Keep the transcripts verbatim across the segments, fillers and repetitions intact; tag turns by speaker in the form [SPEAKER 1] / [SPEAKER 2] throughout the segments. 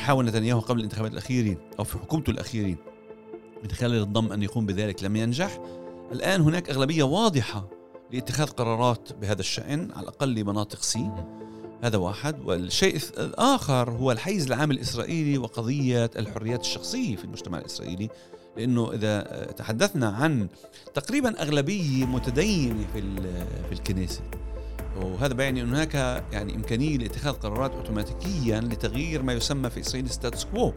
[SPEAKER 1] حاول نتنياهو قبل الانتخابات الأخيرة أو في حكومته الأخيرة من خلال الضم أن يقوم بذلك لم ينجح. الآن هناك أغلبية واضحة لاتخاذ قرارات بهذا الشأن على الأقل لمناطق سي. هذا واحد. والشيء الآخر هو الحيز العام الإسرائيلي وقضية الحريات الشخصية في المجتمع الإسرائيلي، لأنه إذا تحدثنا عن تقريبا أغلبية متدينة في في الكنيسة، وهذا بيعني أن هناك يعني إمكانية لاتخاذ قرارات أوتوماتيكيا لتغيير ما يسمى في إسرائيل ستاتس كوو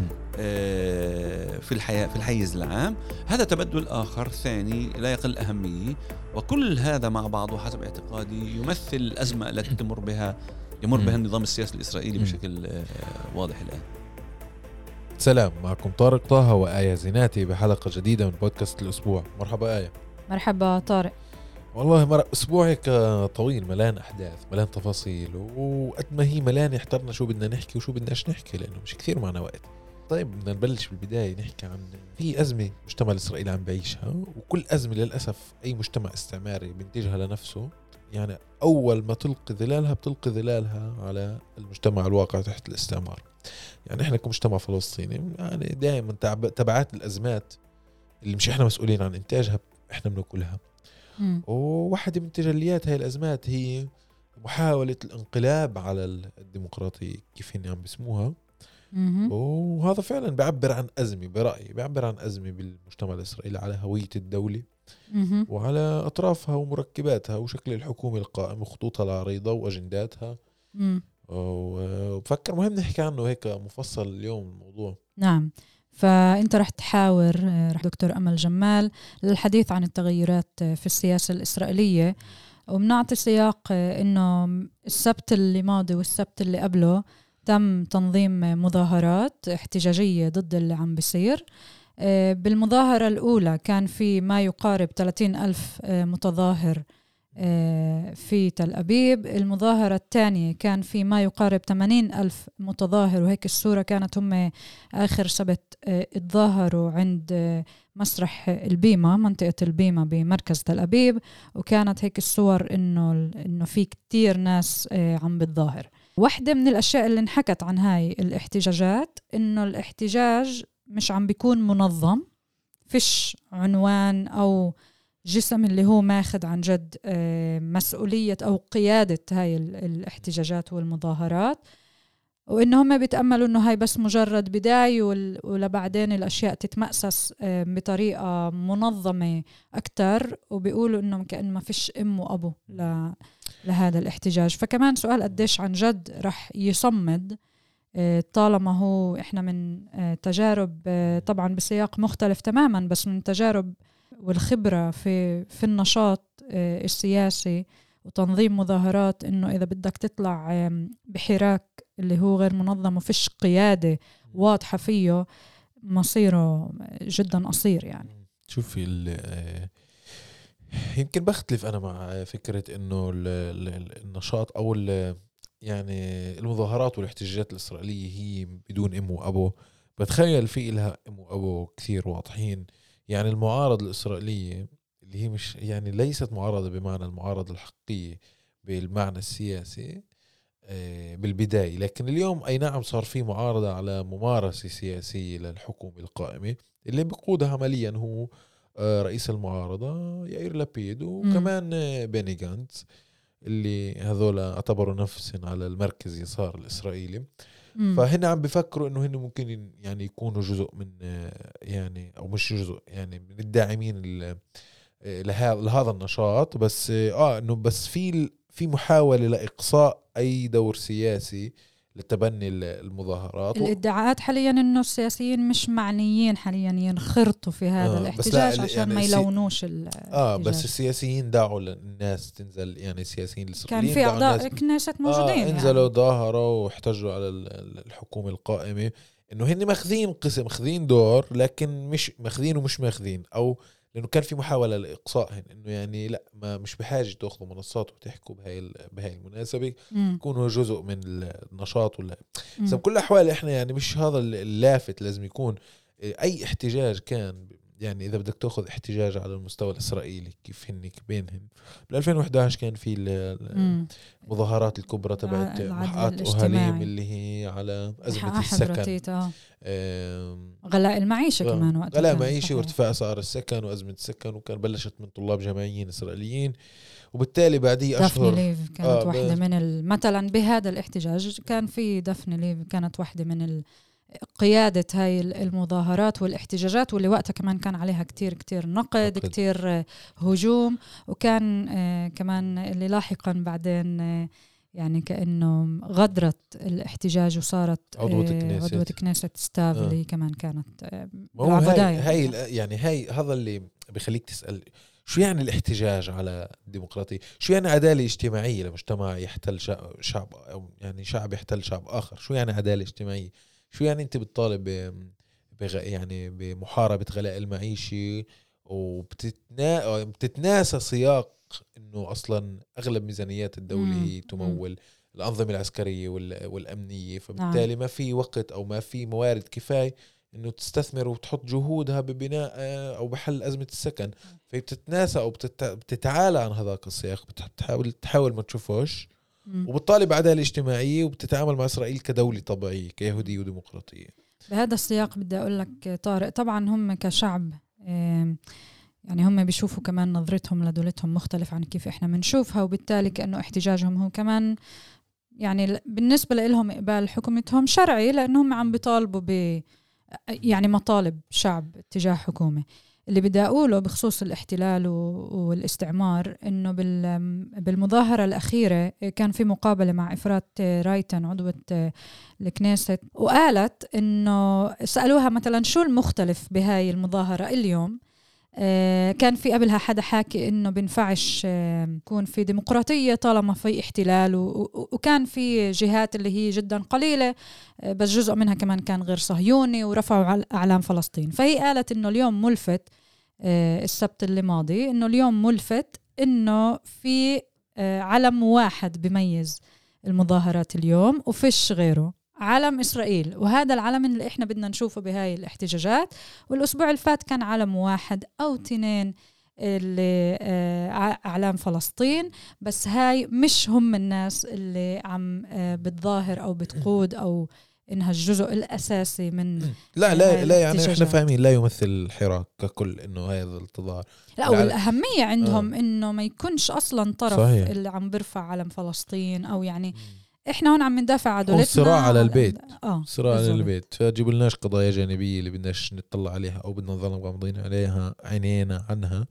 [SPEAKER 1] في الحياة في الحيز العام. هذا تبدل آخر ثاني لا يقل أهمية، وكل هذا مع بعضه حسب اعتقادي يمثل الأزمة التي تمر بها يمر بها النظام السياسي الإسرائيلي بشكل واضح الآن.
[SPEAKER 2] سلام، معكم طارق طه وآية زيناتي بحلقة جديدة من بودكاست الأسبوع. مرحبا آية.
[SPEAKER 3] مرحبا طارق.
[SPEAKER 2] والله مر... أسبوعك طويل، ملان أحداث، ملان تفاصيل، وقد ما هي ملان احترنا شو بدنا نحكي وشو بدناش نحكي لأنه مش كثير معنا وقت. طيب بدنا نبلش بالبداية نحكي عن في أزمة مجتمع الإسرائيلي عم بعيشها، وكل أزمة للأسف أي مجتمع استعماري بينتجها لنفسه، يعني أول ما تلقي ظلالها بتلقي ظلالها على المجتمع الواقع تحت الاستعمار. يعني إحنا كمجتمع فلسطيني يعني دائما تبعات الأزمات اللي مش إحنا مسؤولين عن إنتاجها إحنا بناكلها. وواحدة من تجليات هاي الأزمات هي محاولة الانقلاب على الديمقراطية كيف هن عم بسموها. وهذا فعلا بيعبر عن أزمة، برأيي بيعبر عن أزمة بالمجتمع الإسرائيلي على هوية الدولة وعلى أطرافها ومركباتها وشكل الحكومة القائم وخطوطها العريضة وأجنداتها. وبفكر مهم نحكي عنه هيك مفصل اليوم الموضوع.
[SPEAKER 3] نعم، فأنت رح تحاور رح دكتور أمل جمال للحديث عن التغيرات في السياسة الإسرائيلية، وبنعطي سياق إنه السبت اللي ماضي والسبت اللي قبله تم تنظيم مظاهرات احتجاجية ضد اللي عم بيصير. بالمظاهرة الأولى كان في ما يقارب ثلاثين ألف متظاهر في تل أبيب. المظاهرة الثانية كان في ما يقارب ثمانين ألف متظاهر، وهيك الصورة كانت هم آخر سبت اتظاهروا عند مسرح البيمة، منطقة البيمة بمركز تل أبيب، وكانت هيك الصور إنه إنه في كتير ناس عم بتظاهر. واحدة من الأشياء اللي انحكت عن هاي الاحتجاجات إنه الاحتجاج مش عم بيكون منظم، فيش عنوان أو جسم اللي هو ماخد عن جد مسؤولية أو قيادة هاي الاحتجاجات والمظاهرات، وإنهم بيتأملوا إنه هاي بس مجرد بداية ولبعدين الأشياء تتمأسس بطريقة منظمة أكتر، وبيقولوا إنه كأن ما فيش أم وأبو لهذا الاحتجاج. فكمان سؤال قديش عن جد رح يصمد طالما هو إحنا من تجارب طبعا بسياق مختلف تماما، بس من تجارب والخبرة في في النشاط السياسي وتنظيم مظاهرات، إنه إذا بدك تطلع بحراك اللي هو غير منظم وفيش قيادة واضحة فيه مصيره جدا قصير. يعني
[SPEAKER 2] شوفي يمكن بختلف أنا مع فكرة إنه النشاط أو يعني المظاهرات والاحتجاجات الإسرائيلية هي بدون أم وأبو. بتخيل في لها أم وأبو كثير واضحين. يعني المعارضة الإسرائيلية اللي هي مش يعني ليست معارضة بمعنى المعارضة الحقيقية بالمعنى السياسي بالبداية، لكن اليوم أي نعم صار في معارضة على ممارسة سياسية للحكومة القائمة اللي بيقودها عمليا هو رئيس المعارضة يائير لابيد وكمان بيني غانتز اللي هذول اعتبروا نفسهم على المركز يسار الإسرائيلي. فهنا عم بفكروا انه هن ممكن يعني يكونوا جزء من يعني او مش جزء يعني من الداعمين لهذا النشاط، بس اه انه بس في في محاولة لاقصاء اي دور سياسي لتبني المظاهرات.
[SPEAKER 3] الادعاءات حاليا انه السياسيين مش معنيين حاليا ينخرطوا في هذا آه الاحتجاج عشان يعني ما يلونوش
[SPEAKER 2] اه بس السياسيين دعوا الناس تنزل، يعني السياسيين الاسرائيليين
[SPEAKER 3] كان في اعضاء كنيسة موجودين
[SPEAKER 2] آه انزلوا يعني. ظاهروا واحتجوا على الحكومة القائمة انه هن ماخذين قسم ماخذين دور، لكن مش ماخذين ومش ماخذين، او لانه كان في محاولة لاقصائهن انه يعني لا ما مش بحاجة تاخذوا منصات وتحكوا بهاي بهاي المناسبة، يكونوا جزء من النشاط ولا بس بكل الاحوال احنا يعني مش هذا اللافت لازم يكون. اي احتجاج كان يعني إذا بدك تأخذ احتجاج على المستوى الإسرائيلي كيف هنك بينهم بال ألفين وإحدى عشر كان في المظاهرات الكبرى تبعت محقات أهاليم اللي هي على أزمة السكن،
[SPEAKER 3] غلاء المعيشة
[SPEAKER 2] آه.
[SPEAKER 3] كمان وقت
[SPEAKER 2] غلاء معيشة وارتفاع أسعار السكن وأزمة السكن، وكان بلشت من طلاب جامعيين إسرائيليين، وبالتالي بعديه
[SPEAKER 3] أشهر دفن ليف كانت آه واحدة من ال... مثلا بهذا الاحتجاج كان في دفن ليف كانت واحدة من ال... قيادة هاي المظاهرات والاحتجاجات، واللي وقتها كمان كان عليها كتير كتير نقد, نقد. كتير هجوم، وكان آه كمان اللي لاحقا بعدين آه يعني كأنه غدرت الاحتجاج وصارت
[SPEAKER 2] عضوة كنيسة
[SPEAKER 3] عضوة كنيسة ستاف آه. اللي كمان كانت آه
[SPEAKER 2] هاي, هاي يعني هاي هذا اللي بيخليك تسأل شو يعني الاحتجاج على الديمقراطية، شو يعني عدالة اجتماعية لمجتمع يحتل شعب أو يعني شعب يحتل شعب آخر، شو يعني عدالة اجتماعية، شو يعني انت بتطالب بغ... يعني بمحاربة غلاء المعيشة وبتتناسى سياق انه اصلا اغلب ميزانيات الدولة هي تمول الانظمة العسكرية وال... والامنية، فبالتالي ما في وقت او ما في موارد كفاية انه تستثمر وتحط جهودها ببناء او بحل ازمة السكن، فبتتناسى او بتت... بتتعالى عن هذاك السياق، بتحاول تحاول ما تشوفوش وبتطالب عدالة اجتماعية وبتتعامل مع إسرائيل كدولة طبيعية كيهودية وديمقراطية.
[SPEAKER 3] بهذا السياق بدي أقول لك طارق، طبعا هم كشعب يعني هم بيشوفوا كمان نظرتهم لدولتهم مختلف عن كيف إحنا بنشوفها، وبالتالي كأنه احتجاجهم هو كمان يعني بالنسبة لهم إقبال حكومتهم شرعي، لأنهم عم بيطالبوا ب يعني مطالب شعب تجاه حكومة. اللي بدي أقوله بخصوص الاحتلال والاستعمار إنه بالمظاهرة الأخيرة كان في مقابلة مع إفرات رايتن عضوة الكنيسة، وقالت إنه سألوها مثلا شو المختلف بهاي المظاهرة اليوم. كان في قبلها حدا حاكي إنه بنفعش يكون في ديمقراطية طالما في احتلال، وكان في جهات اللي هي جدا قليلة بس جزء منها كمان كان غير صهيوني ورفعوا أعلام فلسطين. فهي قالت إنه اليوم ملفت السبت اللي ماضي إنه اليوم ملفت إنه في علم واحد بيميز المظاهرات اليوم وفيش غيره، علم إسرائيل، وهذا العلم اللي إحنا بدنا نشوفه بهاي الاحتجاجات. والأسبوع اللي فات كان علم واحد أو تنين اللي أعلام فلسطين، بس هاي مش هم الناس اللي عم بتظاهر أو بتقود أو إنها الجزء الأساسي من
[SPEAKER 2] لا لا لا يعني إحنا فاهمين لا يمثل الحراك ككل إنه هذا التظاهر،
[SPEAKER 3] لا والأهمية عندهم آه. إنه ما يكونش أصلا طرف صحيح. اللي عم برفع علم فلسطين أو يعني احنا هون عم ندافع عن دولتنا،
[SPEAKER 2] صراع على البيت
[SPEAKER 3] اه
[SPEAKER 2] صراع على البيت، فجيبوا لناش قضايا جانبيه اللي بدناش نطلع عليها او بدنا نظل غامضين عليها عينينا عنها.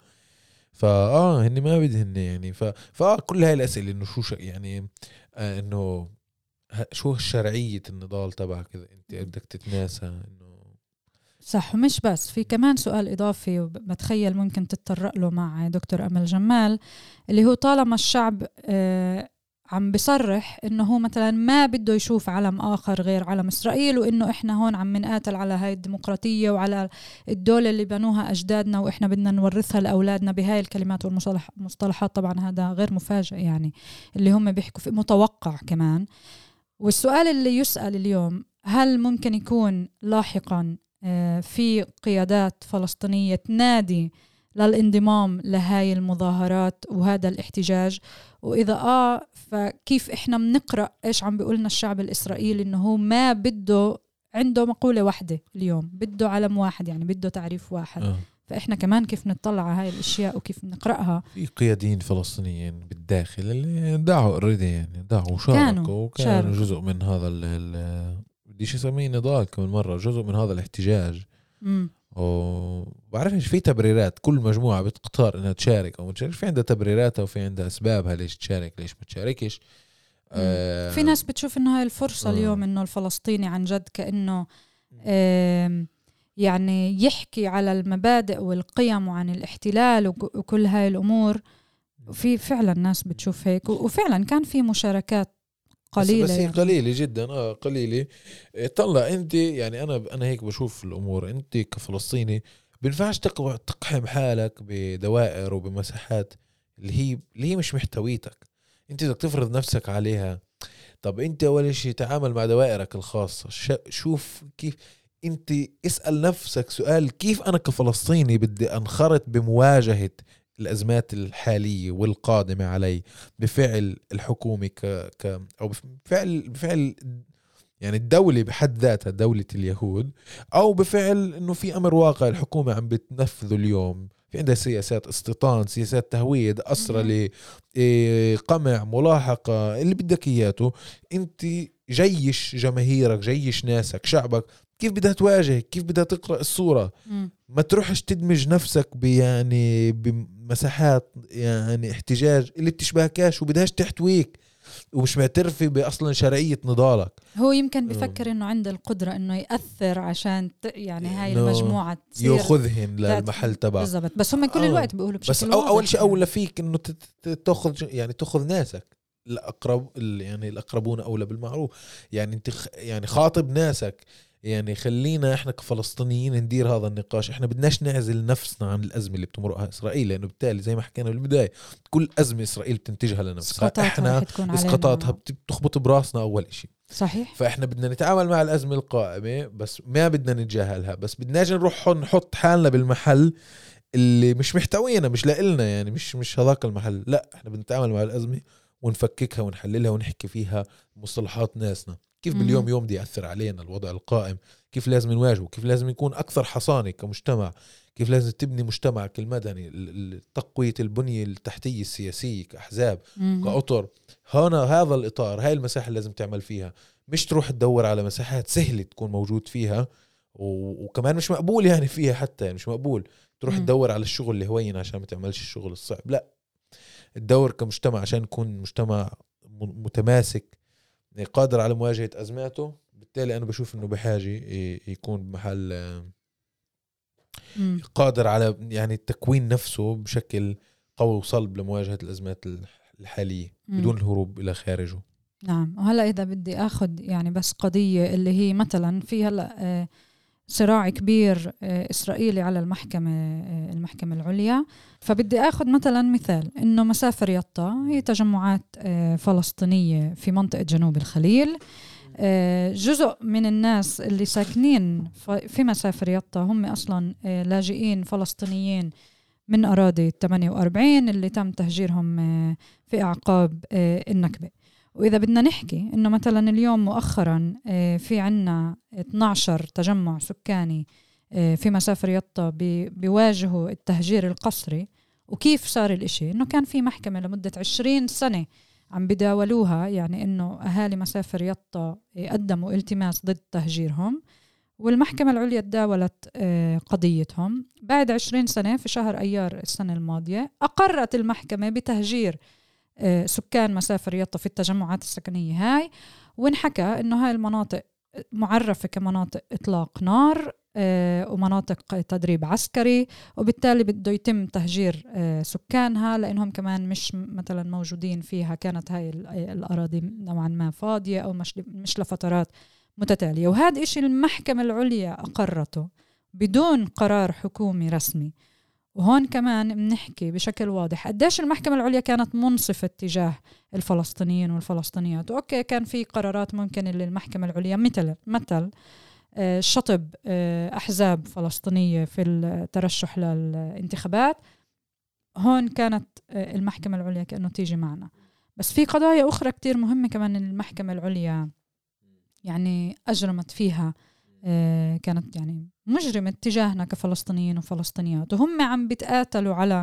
[SPEAKER 2] فاه هن ما بدهن يعني ف فكل هاي الاسئله انه شو يعني آه انه شو شرعيه النضال تبعك اذا انت بدك تتناسى انه
[SPEAKER 3] صح. ومش بس، في كمان سؤال اضافي وبتخيل ممكن تتطرق له مع دكتور أمل جمال، اللي هو طالما الشعب آه عم بصرح انه هو مثلا ما بده يشوف علم اخر غير علم اسرائيل، وانه احنا هون عم نقاتل على هاي الديمقراطيه وعلى الدوله اللي بنوها اجدادنا واحنا بدنا نورثها لاولادنا بهاي الكلمات والمصطلحات. طبعا هذا غير مفاجئ يعني اللي هم بيحكوا فيه، متوقع كمان. والسؤال اللي يسأل اليوم، هل ممكن يكون لاحقا في قيادات فلسطينيه تنادي للانضمام لهاي المظاهرات وهذا الاحتجاج؟ وإذا آه فكيف إحنا بنقرأ إيش عم بيقولنا الشعب الإسرائيلي إنه هو ما بده، عنده مقولة واحدة اليوم، بده علم واحد، يعني بده تعريف واحد. آه. فإحنا كمان كيف نطلع على هاي الأشياء وكيف نقرأها.
[SPEAKER 2] في قياديين فلسطينيين بالداخل اللي دعوا أريد يعني دعوا وشاركوا وكانوا جزء من هذا ال بديش يسميه نضال كمان مرة، جزء من هذا الاحتجاج. امم وبعرفش في تبريرات، كل مجموعة بتختار انها تشارك او ما تشاركش، في عندها تبريراتها وفي عندها اسبابها ليش تشارك ليش ما تشاركش.
[SPEAKER 3] آه في ناس بتشوف انه هاي الفرصة آه اليوم انه الفلسطيني عن جد كأنه آه يعني يحكي على المبادئ والقيم وعن الاحتلال وكل هاي الامور. وفي فعلا ناس بتشوف هيك، وفعلا كان في مشاركات قليلة،
[SPEAKER 2] بس, بس هي
[SPEAKER 3] يعني.
[SPEAKER 2] قليلة جدا اه قليلة. طلع انت يعني انا انا هيك بشوف الامور، انت كفلسطيني بينفعش تقحم حالك بدوائر وبمساحات اللي هي اللي هي مش محتويتك، انت بدك تفرض نفسك عليها. طب انت اول شيء تعامل مع دوائرك الخاصة، شوف كيف انت اسأل نفسك سؤال: كيف انا كفلسطيني بدي انخرط بمواجهة الأزمات الحالية والقادمة علي بفعل الحكومة ك... ك... أو بفعل بفعل يعني الدولة بحد ذاتها دولة اليهود، أو بفعل إنه في أمر واقع الحكومة عم بتنفذه اليوم، في عندها سياسات استيطان، سياسات تهويد، أسرة لقمع، ملاحقة، اللي بدك إياته. أنت جيش جماهيرك، جيش ناسك، شعبك، كيف بدها تواجه، كيف بدها تقرأ الصورة. م. ما تروحش تدمج نفسك بيعني بمساحات يعني احتجاج اللي بتشبهكاش وبدهاش تحتويك ومش معترفة بأصلا شرعية نضالك.
[SPEAKER 3] هو يمكن بفكر إنه عنده القدرة إنه يأثر عشان ت... يعني هاي المجموعة تصير
[SPEAKER 2] يأخذهن للمحل تبع
[SPEAKER 3] بالضبط. بس هم كل الوقت بيقولوا بشكل
[SPEAKER 2] بس
[SPEAKER 3] واضح.
[SPEAKER 2] أول شيء أولى فيك إنه تأخذ يعني تأخذ ناسك الأقرب، يعني الأقربون أولى بالمعروف. يعني أنت يعني خاطب ناسك. يعني خلينا إحنا كفلسطينيين ندير هذا النقاش. إحنا بدناش نعزل نفسنا عن الأزمة اللي بتمرقها إسرائيل، لأنه بالتالي زي ما حكينا بالبداية كل أزمة إسرائيل بتنتجها لنفسها، إحنا إسقاطاتها بتخبط براسنا أول إشي.
[SPEAKER 3] صحيح.
[SPEAKER 2] فإحنا بدنا نتعامل مع الأزمة القائمة، بس ما بدنا نتجاهلها، بس بدناش نروح نحط حالنا بالمحل اللي مش محتوينا، مش لإلنا، يعني مش مش هذاك المحل. لا، إحنا بنتعامل مع الأزمة ونفككها ونحللها ونحكي فيها مصطلحات ناسنا. كيف باليوم يوم دي يأثر علينا الوضع القائم، كيف لازم نواجهه، كيف لازم يكون أكثر حصانة كمجتمع، كيف لازم تبني مجتمعك المدني، تقوية البنية التحتية السياسية كأحزاب كأطر. هنا هذا الإطار، هاي المساحة اللي لازم تعمل فيها، مش تروح تدور على مساحات سهلة تكون موجود فيها وكمان مش مقبول يعني فيها، حتى يعني مش مقبول تروح
[SPEAKER 3] مم.
[SPEAKER 2] تدور على الشغل اللي هوين عشان ما تعملش الشغل الصعب. لا، الدور كمجتمع عشان يكون مجتمع متماسك قادر على مواجهة أزماته. بالتالي أنا بشوف إنه بحاجة يكون بمحل قادر على يعني التكوين نفسه بشكل قوي وصلب لمواجهة الأزمات الحالية بدون الهروب إلى خارجه.
[SPEAKER 3] نعم. وهلأ إذا بدي أخذ يعني بس قضية اللي هي مثلا في هلأ صراع كبير إسرائيلي على المحكمة المحكمة العليا، فبدي أخذ مثلا مثال إنه مسافر يطا هي تجمعات فلسطينية في منطقة جنوب الخليل. جزء من الناس اللي ساكنين في مسافر يطا هم أصلا لاجئين فلسطينيين من أراضي ثمانية وأربعين اللي تم تهجيرهم في أعقاب النكبة. وإذا بدنا نحكي إنه مثلا اليوم مؤخرا في عنا اثنا عشر تجمع سكاني في مسافر يطا بيواجهوا التهجير القسري، وكيف صار الإشي إنه كان في محكمة لمدة عشرين سنة عم بداولوها، يعني إنه أهالي مسافر يطا قدموا التماس ضد تهجيرهم، والمحكمة العليا تداولت قضيتهم. بعد عشرين سنة في شهر أيار السنة الماضية أقرت المحكمة بتهجير سكان مسافر يطا في التجمعات السكنية هاي، وانحكى إنه هاي المناطق معرفة كمناطق إطلاق نار ومناطق تدريب عسكري، وبالتالي بده يتم تهجير سكانها لأنهم كمان مش مثلا موجودين فيها، كانت هاي الأراضي نوعا ما فاضية أو مش مش لفترات متتالية. وهذا إشي المحكمة العليا أقرته بدون قرار حكومي رسمي. وهون كمان بنحكي بشكل واضح قديش المحكمة العليا كانت منصفة تجاه الفلسطينيين والفلسطينيات. وأوكي كان في قرارات ممكن اللي المحكمة العليا مثل مثل شطب أحزاب فلسطينية في الترشح للانتخابات، هون كانت المحكمة العليا كأنه تيجي معنا. بس في قضايا أخرى كتير مهمة كمان المحكمة العليا يعني أجرمت فيها، كانت يعني مجرمة تجاهنا كفلسطينيين وفلسطينيات، وهم عم بتقاتلوا على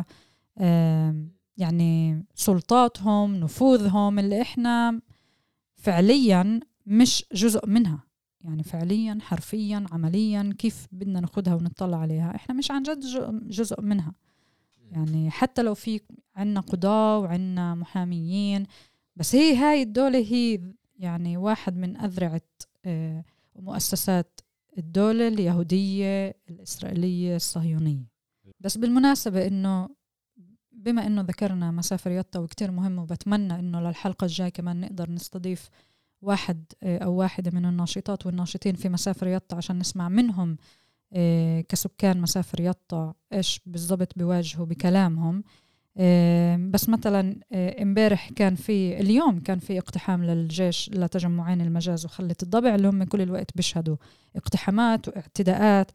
[SPEAKER 3] يعني سلطاتهم نفوذهم اللي إحنا فعليا مش جزء منها. يعني فعليا حرفيا عمليا كيف بدنا ناخدها ونطلع عليها، إحنا مش عن جد جزء منها. يعني حتى لو في عنا قضاة وعنا محاميين، بس هي هاي الدولة هي يعني واحد من أذرعة مؤسسات الدولة اليهودية الإسرائيلية الصهيونية. بس بالمناسبة إنه بما إنه ذكرنا مسافر يطا وكتير مهم، وبتمنى إنه للحلقة الجاي كمان نقدر نستضيف واحد أو واحدة من الناشطات والناشطين في مسافر يطا عشان نسمع منهم كسكان مسافر يطا إيش بالضبط بيواجهوا بكلامهم. بس مثلا امبارح كان في اليوم كان في اقتحام للجيش لتجمعين المجاز وخلة الضبع اللي هم كل الوقت بيشهدوا اقتحامات واعتداءات،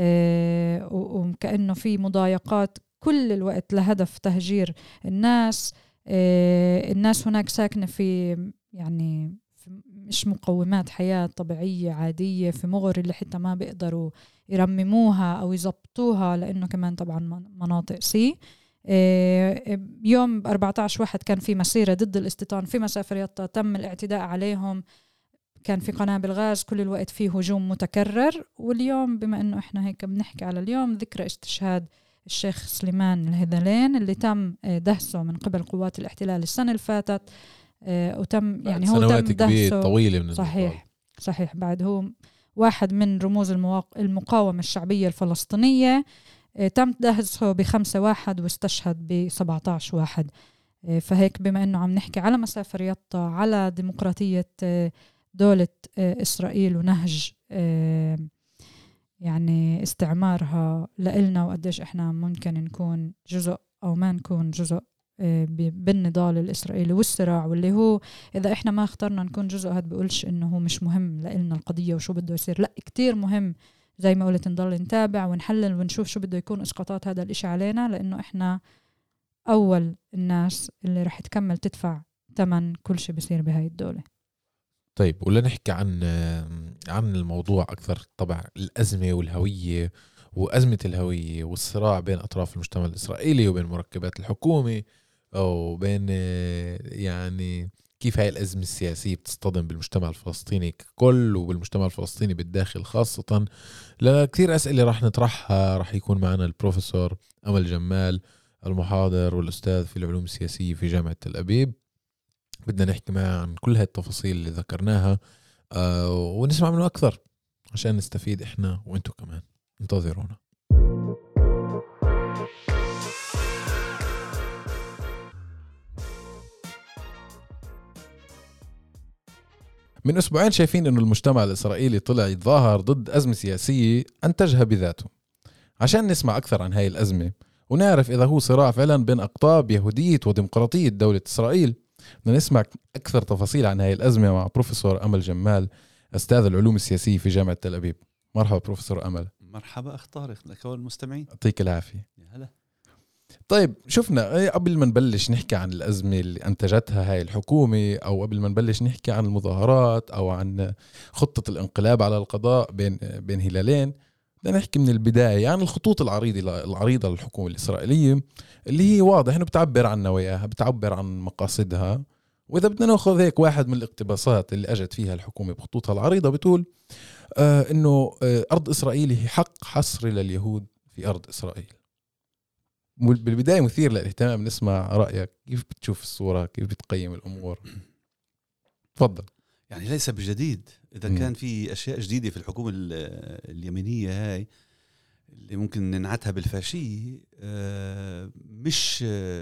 [SPEAKER 3] وكأنه في مضايقات كل الوقت لهدف تهجير الناس. الناس هناك ساكنة في يعني مش مقومات حياة طبيعية عادية، في مغر اللي حتى ما بيقدروا يرمموها أو يزبطوها لأنه كمان طبعا مناطق سي. يوم أربعة عشر واحد كان في مسيرة ضد الاستيطان في مسافر يطا، تم الاعتداء عليهم، كان في قنابل غاز، كل الوقت فيه هجوم متكرر. واليوم بما أنه إحنا هيك بنحكي على اليوم ذكرى استشهاد الشيخ سليمان الهذلين اللي تم دهسه من قبل قوات الاحتلال السنة اللي فاتت، وتم يعني هو تم دهسه
[SPEAKER 2] طويلة من
[SPEAKER 3] صحيح
[SPEAKER 2] المقاومة.
[SPEAKER 3] صحيح بعد هو واحد من رموز المواق... المقاومة الشعبية الفلسطينية، تم دهسه بخمسة واحد واستشهد بسبعة عشر واحد. فهيك بما أنه عم نحكي على مسافر يطا، على ديمقراطية دولة إسرائيل ونهج يعني استعمارها لإلنا، وقديش إحنا ممكن نكون جزء أو ما نكون جزء بالنضال الإسرائيلي والصراع، واللي هو إذا إحنا ما اخترنا نكون جزء هاد بقولش إنه هو مش مهم لإلنا القضية وشو بده يصير، لا كتير مهم زي ما قلت نضل نتابع ونحلل ونشوف شو بده يكون إسقاطات هذا الإشي علينا، لأنه إحنا أول الناس اللي رح تكمل تدفع ثمن كل شيء بيصير بهاي الدولة.
[SPEAKER 2] طيب ولا نحكي عن عن الموضوع أكثر، طبعا الأزمة والهوية وأزمة الهوية والصراع بين أطراف المجتمع الإسرائيلي وبين مركبات الحكومة، أو بين يعني كيف هاي الأزمة السياسية بتصطدم بالمجتمع الفلسطيني ككل وبالمجتمع الفلسطيني بالداخل خاصة. لكثير أسئلة راح نطرحها. راح يكون معنا البروفيسور أمل جمال المحاضر والأستاذ في العلوم السياسية في جامعة تل أبيب. بدنا نحكي معه عن كل هاي التفاصيل اللي ذكرناها آه ونسمع منه أكثر عشان نستفيد إحنا وإنتو كمان. انتظرونا. من أسبوعين شايفين إنه المجتمع الإسرائيلي طلع يتظاهر ضد أزمة سياسية أنتجها بذاته. عشان نسمع أكثر عن هاي الأزمة ونعرف إذا هو صراع فعلا بين أقطاب يهودية وديمقراطية دولة إسرائيل، بدنا نسمع أكثر تفاصيل عن هاي الأزمة مع بروفيسور أمل جمال أستاذ العلوم السياسية في جامعة تل أبيب. مرحبا بروفيسور أمل.
[SPEAKER 1] مرحبا أخ طارق، لك والمستمعين.
[SPEAKER 2] يعطيك العافية.
[SPEAKER 1] يا هلا.
[SPEAKER 2] طيب شفنا قبل ما نبلش نحكي عن الأزمة اللي أنتجتها هاي الحكومة، أو قبل ما نبلش نحكي عن المظاهرات أو عن خطة الانقلاب على القضاء بين بين هلالين، بدنا نحكي من البداية عن الخطوط العريضة العريضة للحكومة الإسرائيلية اللي هي واضح إنه بتعبر عن نواياها، بتعبر عن مقاصدها. وإذا بدنا نأخذ هيك واحد من الاقتباسات اللي أجت فيها الحكومة بخطوطها العريضة، بتقول آه إنه آه أرض إسرائيل هي حق حصري لليهود في أرض إسرائيل. بالبداية مثير للاهتمام، نسمع رأيك، كيف بتشوف الصورة، كيف بتقيم الأمور؟ تفضل.
[SPEAKER 1] يعني ليس بجديد إذا م. كان في أشياء جديدة في الحكومة اليمينية هاي اللي ممكن ننعتها بالفاشية، مش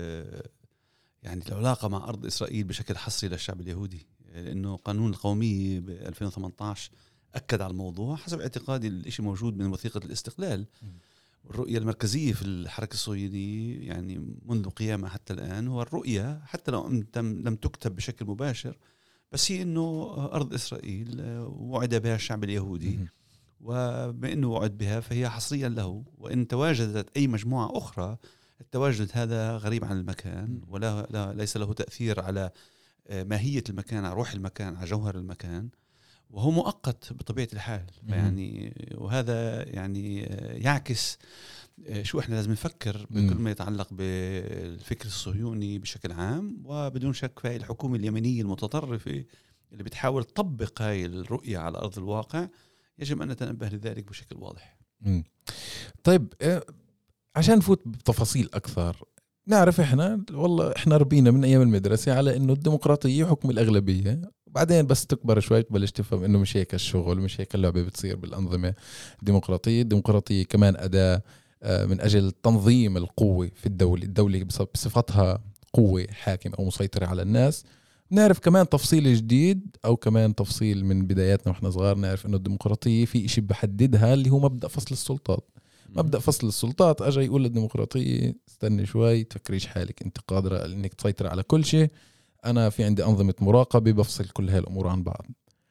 [SPEAKER 1] يعني العلاقة مع أرض إسرائيل بشكل حصري للشعب اليهودي، لأنه قانون القومية ب ألفين وثمانية عشر أكد على الموضوع. حسب اعتقادي الإشي موجود من وثيقة الاستقلال م. الرؤية المركزية في الحركة الصهيونية يعني منذ قيامها حتى الآن هو الرؤية، حتى لو لم تكتب بشكل مباشر، بس هي إنه أرض إسرائيل وعد بها الشعب اليهودي، وبأنه وعد بها فهي حصريا له. وإن تواجدت أي مجموعة أخرى، التواجد هذا غريب عن المكان ولا لا ليس له تأثير على ماهية المكان، على روح المكان، على جوهر المكان، وهو مؤقت بطبيعة الحال. يعني وهذا يعني يعكس شو احنا لازم نفكر بكل ما يتعلق بالفكر الصهيوني بشكل عام، وبدون شك في الحكومة اليمنية المتطرفة اللي بتحاول تطبق هاي الرؤية على أرض الواقع. يجب أن نتنبه لذلك بشكل واضح.
[SPEAKER 2] مم. طيب عشان نفوت بتفاصيل أكثر، نعرف إحنا والله إحنا ربينا من أيام المدرسة على إنه الديمقراطية حكم الأغلبية، بعدين بس تكبر شوي تبلش تفهم إنه مش هيك الشغل، مش هيك اللعبة بتصير بالأنظمة الديمقراطية. الديمقراطية كمان أداة من أجل تنظيم القوة في الدولة، الدولة بصفتها قوة حاكمة أو مسيطرة على الناس. نعرف كمان تفصيل جديد أو كمان تفصيل من بداياتنا وإحنا صغار، نعرف إنه الديمقراطية في إشي بحددها اللي هو مبدأ فصل السلطات. مبدأ فصل السلطات أجا يقول للديمقراطية استني شوي تفكريش حالك أنت قادرة إنك تسيطر على كل شيء، أنا في عندي أنظمة مراقبة بفصل كل هاي الأمور عن بعض.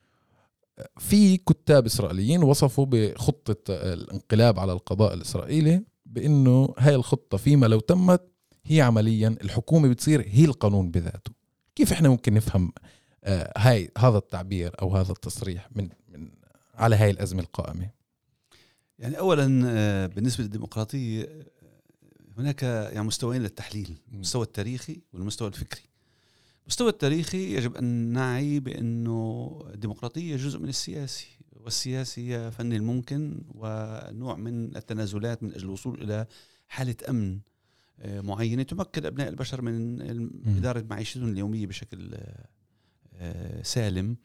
[SPEAKER 2] في كتاب إسرائيليين وصفوا بخطة الانقلاب على القضاء الإسرائيلي بأنه هاي الخطة فيما لو تمت هي عمليا الحكومة بتصير هي القانون بذاته. كيف إحنا ممكن نفهم آه هاي هذا التعبير أو هذا التصريح من, من على هاي الأزمة القائمة؟
[SPEAKER 1] يعني أولا بالنسبة للديمقراطية هناك يعني مستويين للتحليل، المستوى التاريخي والمستوى الفكري. المستوى التاريخي يجب أن نعي بأنه الديمقراطية جزء من السياسي، والسياسي هي فن الممكن ونوع من التنازلات من أجل الوصول إلى حالة أمن معينة تمكن أبناء البشر من إدارة معيشتهم اليومية بشكل سالم.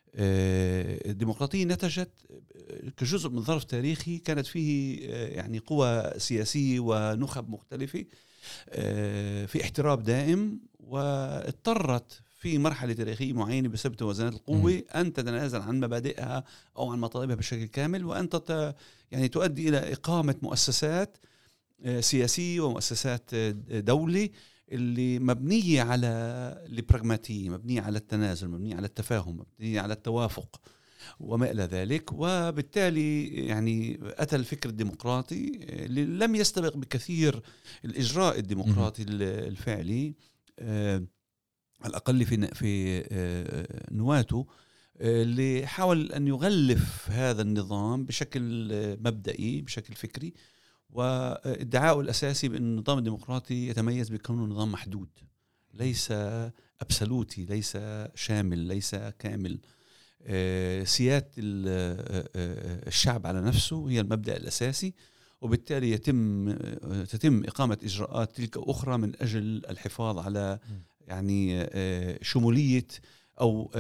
[SPEAKER 1] الديمقراطية نتجت كجزء من ظرف تاريخي كانت فيه يعني قوى سياسية ونخب مختلفة في احتراب دائم، واضطرت في مرحلة تاريخية معينة بسبب توازنات القوة أن تتنازل عن مبادئها أو عن مطالبها بشكل كامل، وأن يعني تؤدي إلى إقامة مؤسسات سياسية ومؤسسات دولة اللي مبنية على البراغماتية، مبنية على التنازل، مبنية على التفاهم، مبنية على التوافق وما إلى ذلك. وبالتالي يعني أتى الفكر الديمقراطي اللي لم يستبق بكثير الإجراء الديمقراطي الفعلي آه على الأقل في في آه نواته، آه اللي حاول أن يغلف هذا النظام بشكل مبدئي بشكل فكري. وادعاؤه الأساسي بأن النظام الديمقراطي يتميز بكونه نظام محدود، ليس أبسلوتي، ليس شامل، ليس كامل. سيادة الشعب على نفسه هي المبدأ الأساسي، وبالتالي يتم تتم إقامة إجراءات تلك أخرى من أجل الحفاظ على يعني شمولية أو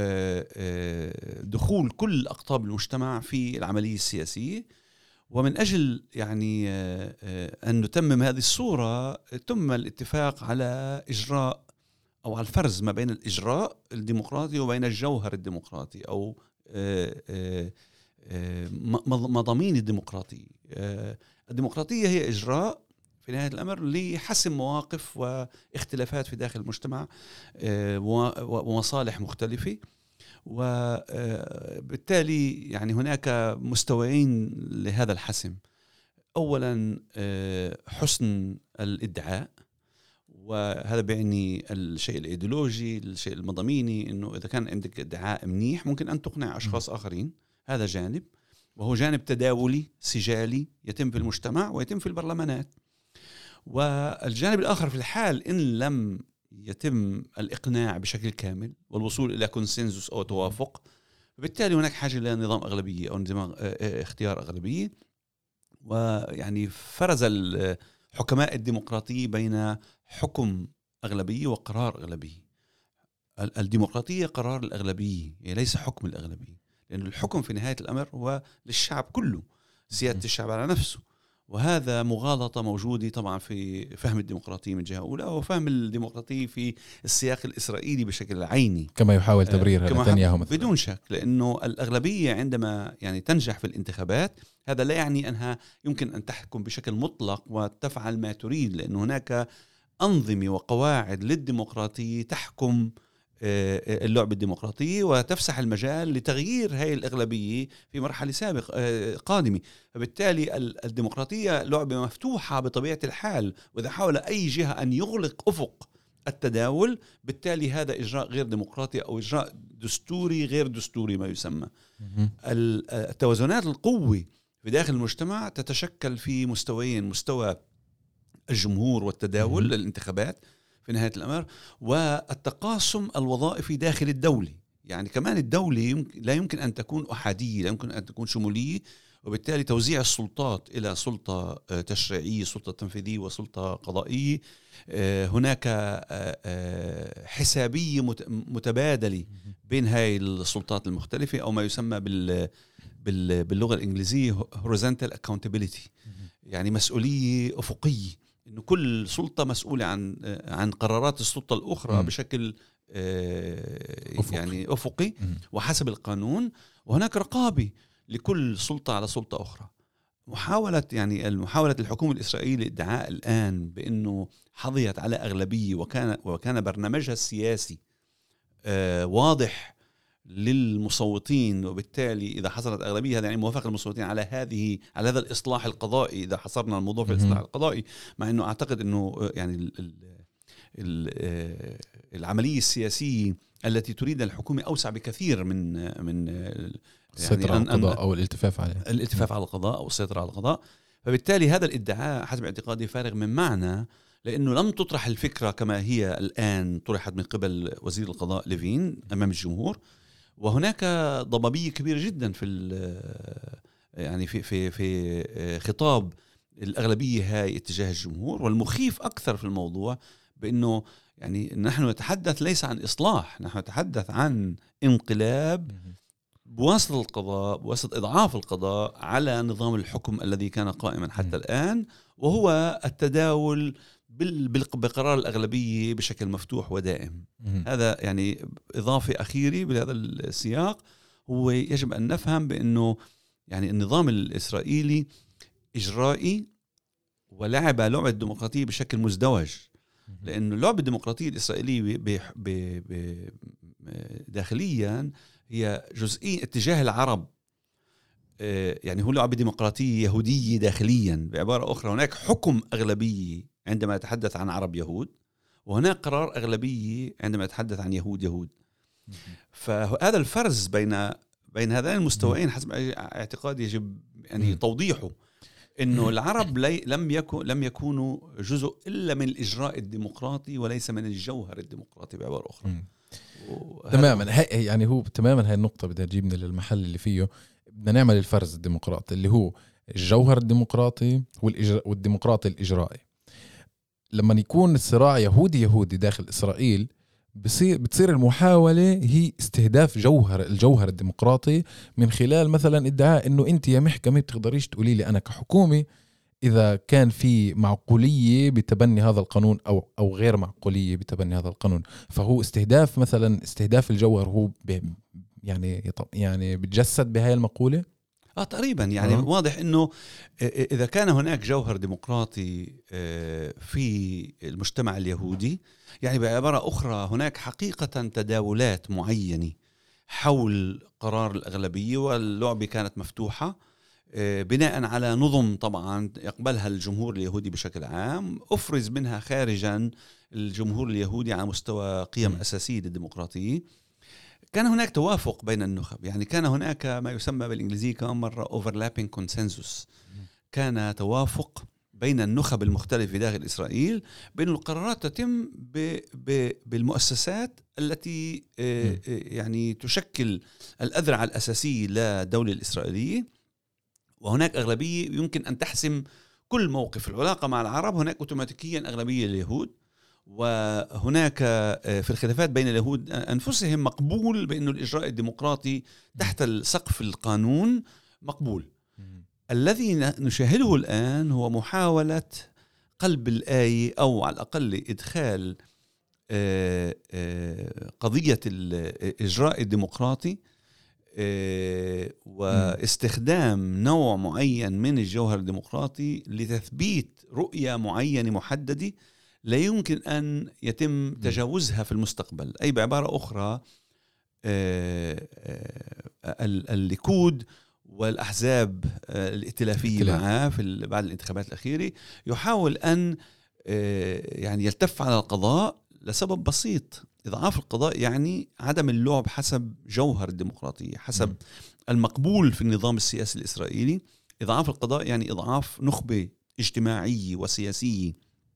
[SPEAKER 1] دخول كل أقطاب المجتمع في العملية السياسية. ومن أجل يعني أن نتمم هذه الصورة تم الاتفاق على إجراء أو على الفرز ما بين الإجراء الديمقراطي وبين الجوهر الديمقراطي أو مضامين الديمقراطية. الديمقراطية هي إجراء في نهاية الأمر لحسم مواقف واختلافات في داخل المجتمع ومصالح مختلفة، وبالتالي يعني هناك مستويين لهذا الحسم. أولا حسن الإدعاء، وهذا بيعني الشيء الإيديولوجي، الشيء المضاميني، إنه إذا كان عندك ادعاء منيح ممكن أن تقنع أشخاص آخرين. هذا جانب، وهو جانب تداولي سجالي يتم في المجتمع ويتم في البرلمانات. والجانب الآخر في الحال إن لم يتم الإقناع بشكل كامل والوصول إلى كونسنسوس أو توافق، بالتالي هناك حاجة لنظام أغلبية أو نظام اختيار أغلبية. ويعني فرز الحكماء الديمقراطية بين حكم أغلبية وقرار أغلبية. الديمقراطية قرار الأغلبية، يعني ليس حكم الأغلبية، لأن الحكم في نهاية الأمر هو للشعب كله، سيادة الشعب على نفسه. وهذا مغالطة موجودة طبعا في فهم الديمقراطية من جهة أولى، وفهم الديمقراطية في السياق الإسرائيلي بشكل عيني
[SPEAKER 2] كما يحاول تبريرها نتنياهو مثلا.
[SPEAKER 1] بدون شك، لأنه الأغلبية عندما يعني تنجح في الانتخابات هذا لا يعني أنها يمكن أن تحكم بشكل مطلق وتفعل ما تريد، لأن هناك أنظمة وقواعد للديمقراطية تحكم اللعبة الديمقراطية وتفسح المجال لتغيير هاي الأغلبية في مرحلة سابق قادمة. فبالتالي الديمقراطية لعبة مفتوحة بطبيعة الحال، وإذا حاول أي جهة أن يغلق أفق التداول بالتالي هذا إجراء غير ديمقراطي أو إجراء دستوري غير دستوري ما يسمى. التوازنات القوة في داخل المجتمع تتشكل في مستويين: مستوى الجمهور والتداول للانتخابات في نهاية الأمر، والتقاسم الوظائفي داخل الدولة. يعني كمان الدولة يمكن لا يمكن أن تكون أحادية، لا يمكن أن تكون شمولية، وبالتالي توزيع السلطات إلى سلطة تشريعية، سلطة تنفيذية، وسلطة قضائية. هناك حسابية متبادلة بين هاي السلطات المختلفة، أو ما يسمى بال باللغة الإنجليزية horizontal accountability، يعني مسؤولية أفقية، إنه كل سلطة مسؤولة عن عن قرارات السلطة الأخرى م. بشكل أفقي. يعني أفقي م. وحسب القانون. وهناك رقابة لكل سلطة على سلطة أخرى. محاولة يعني المحاولة الحكومة الإسرائيلية ادعاء الآن بأنه حظيت على أغلبية وكان وكان برنامجها السياسي آه واضح للمصوتين، وبالتالي إذا حصلت أغلبية هذا يعني موافقة المصوتين على هذه على هذا الإصلاح القضائي، إذا حصرنا الموضوع في الإصلاح القضائي، مع أنه أعتقد أنه يعني ال ال ال العملية السياسية التي تريد الحكومة أوسع بكثير من من
[SPEAKER 2] السيطرة يعني على القضاء أو الالتفاف عليه
[SPEAKER 1] الالتفاف على القضاء أو السيطرة على القضاء. فبالتالي هذا الادعاء حسب اعتقادي فارغ من معنى، لأنه لم تطرح الفكرة كما هي الآن طرحت من قبل وزير القضاء ليفين أمام الجمهور، وهناك ضبابية كبيرة جدا في يعني في في في خطاب الأغلبية هاي اتجاه الجمهور. والمخيف أكثر في الموضوع بأنه يعني نحن نتحدث ليس عن إصلاح، نحن نتحدث عن انقلاب بواسطة القضاء، بواسطة إضعاف القضاء على نظام الحكم الذي كان قائما حتى الآن، وهو التداول بقرار الأغلبية بشكل مفتوح ودائم. هذا يعني إضافة أخيرة بهذا السياق، هو يجب أن نفهم بأنه يعني النظام الإسرائيلي إجرائي ولعب لعبة الديمقراطية بشكل مزدوج، لأنه اللعبة الديمقراطية الإسرائيلية داخليا هي جزئية اتجاه العرب، يعني هو لعبة ديمقراطية يهودية داخليا. بعبارة أخرى هناك حكم أغلبية عندما يتحدث عن عرب يهود، وهناك قرار أغلبية عندما يتحدث عن يهود يهود. فهذا الفرز بين بين هذين المستويين حسب اعتقادي يجب يعني توضيحه، إنه العرب لي لم يكن لم يكونوا جزء إلا من الإجراء الديمقراطي وليس من الجوهر الديمقراطي بعبارة أخرى.
[SPEAKER 2] تماما، يعني هو تماما هاي النقطة بدها تجيبنا للمحل اللي فيه بدنا نعمل الفرز الديمقراطي اللي هو الجوهر الديمقراطي والديمقراطي الإجرائي. لما يكون الصراع يهودي يهودي داخل إسرائيل بصير بتصير المحاولة هي استهداف جوهر الجوهر الديمقراطي من خلال مثلا ادعاء انه انت يا محكمة بتقدريش تقولي لي انا كحكومة اذا كان في معقولية بتبني هذا القانون او او غير معقولية بتبني هذا القانون. فهو استهداف مثلا استهداف الجوهر هو يعني يعني بتجسد بهاي المقولة.
[SPEAKER 1] اه تقريبا يعني أه. واضح انه اذا كان هناك جوهر ديمقراطي في المجتمع اليهودي، يعني بعبارة أخرى هناك حقيقة تداولات معينة حول قرار الأغلبية، واللعبة كانت مفتوحة بناء على نظم طبعا يقبلها الجمهور اليهودي بشكل عام، أفرز منها خارجا الجمهور اليهودي على مستوى قيم أساسية للديمقراطية. كان هناك توافق بين النخب، يعني كان هناك ما يسمى بالإنجليزية كمان مرة overlapping consensus، كان توافق بين النخب المختلفة داخل إسرائيل بأن القرارات تتم ب ب بالمؤسسات التي يعني تشكل الأذرع الأساسية للدولة الإسرائيلية، وهناك أغلبية يمكن أن تحسم كل موقف. العلاقة مع العرب هناك أوتوماتيكيا أغلبية اليهود، وهناك في الخلافات بين اليهود أنفسهم مقبول بأنه الإجراء الديمقراطي تحت السقف القانون مقبول. الذي نشاهده الآن هو محاولة قلب الآية، أو على الأقل إدخال قضية الإجراء الديمقراطي واستخدام نوع معين من الجوهر الديمقراطي لتثبيت رؤية معينة محددة لا يمكن أن يتم تجاوزها في المستقبل. أي بعبارة أخرى الليكود والأحزاب الائتلافية معاه في بعد الانتخابات الأخيرة يحاول أن يعني يلتف على القضاء لسبب بسيط: إضعاف القضاء يعني عدم اللعب حسب جوهر الديمقراطية، حسب م. المقبول في النظام السياسي الإسرائيلي. إضعاف القضاء يعني إضعاف نخبة اجتماعية وسياسية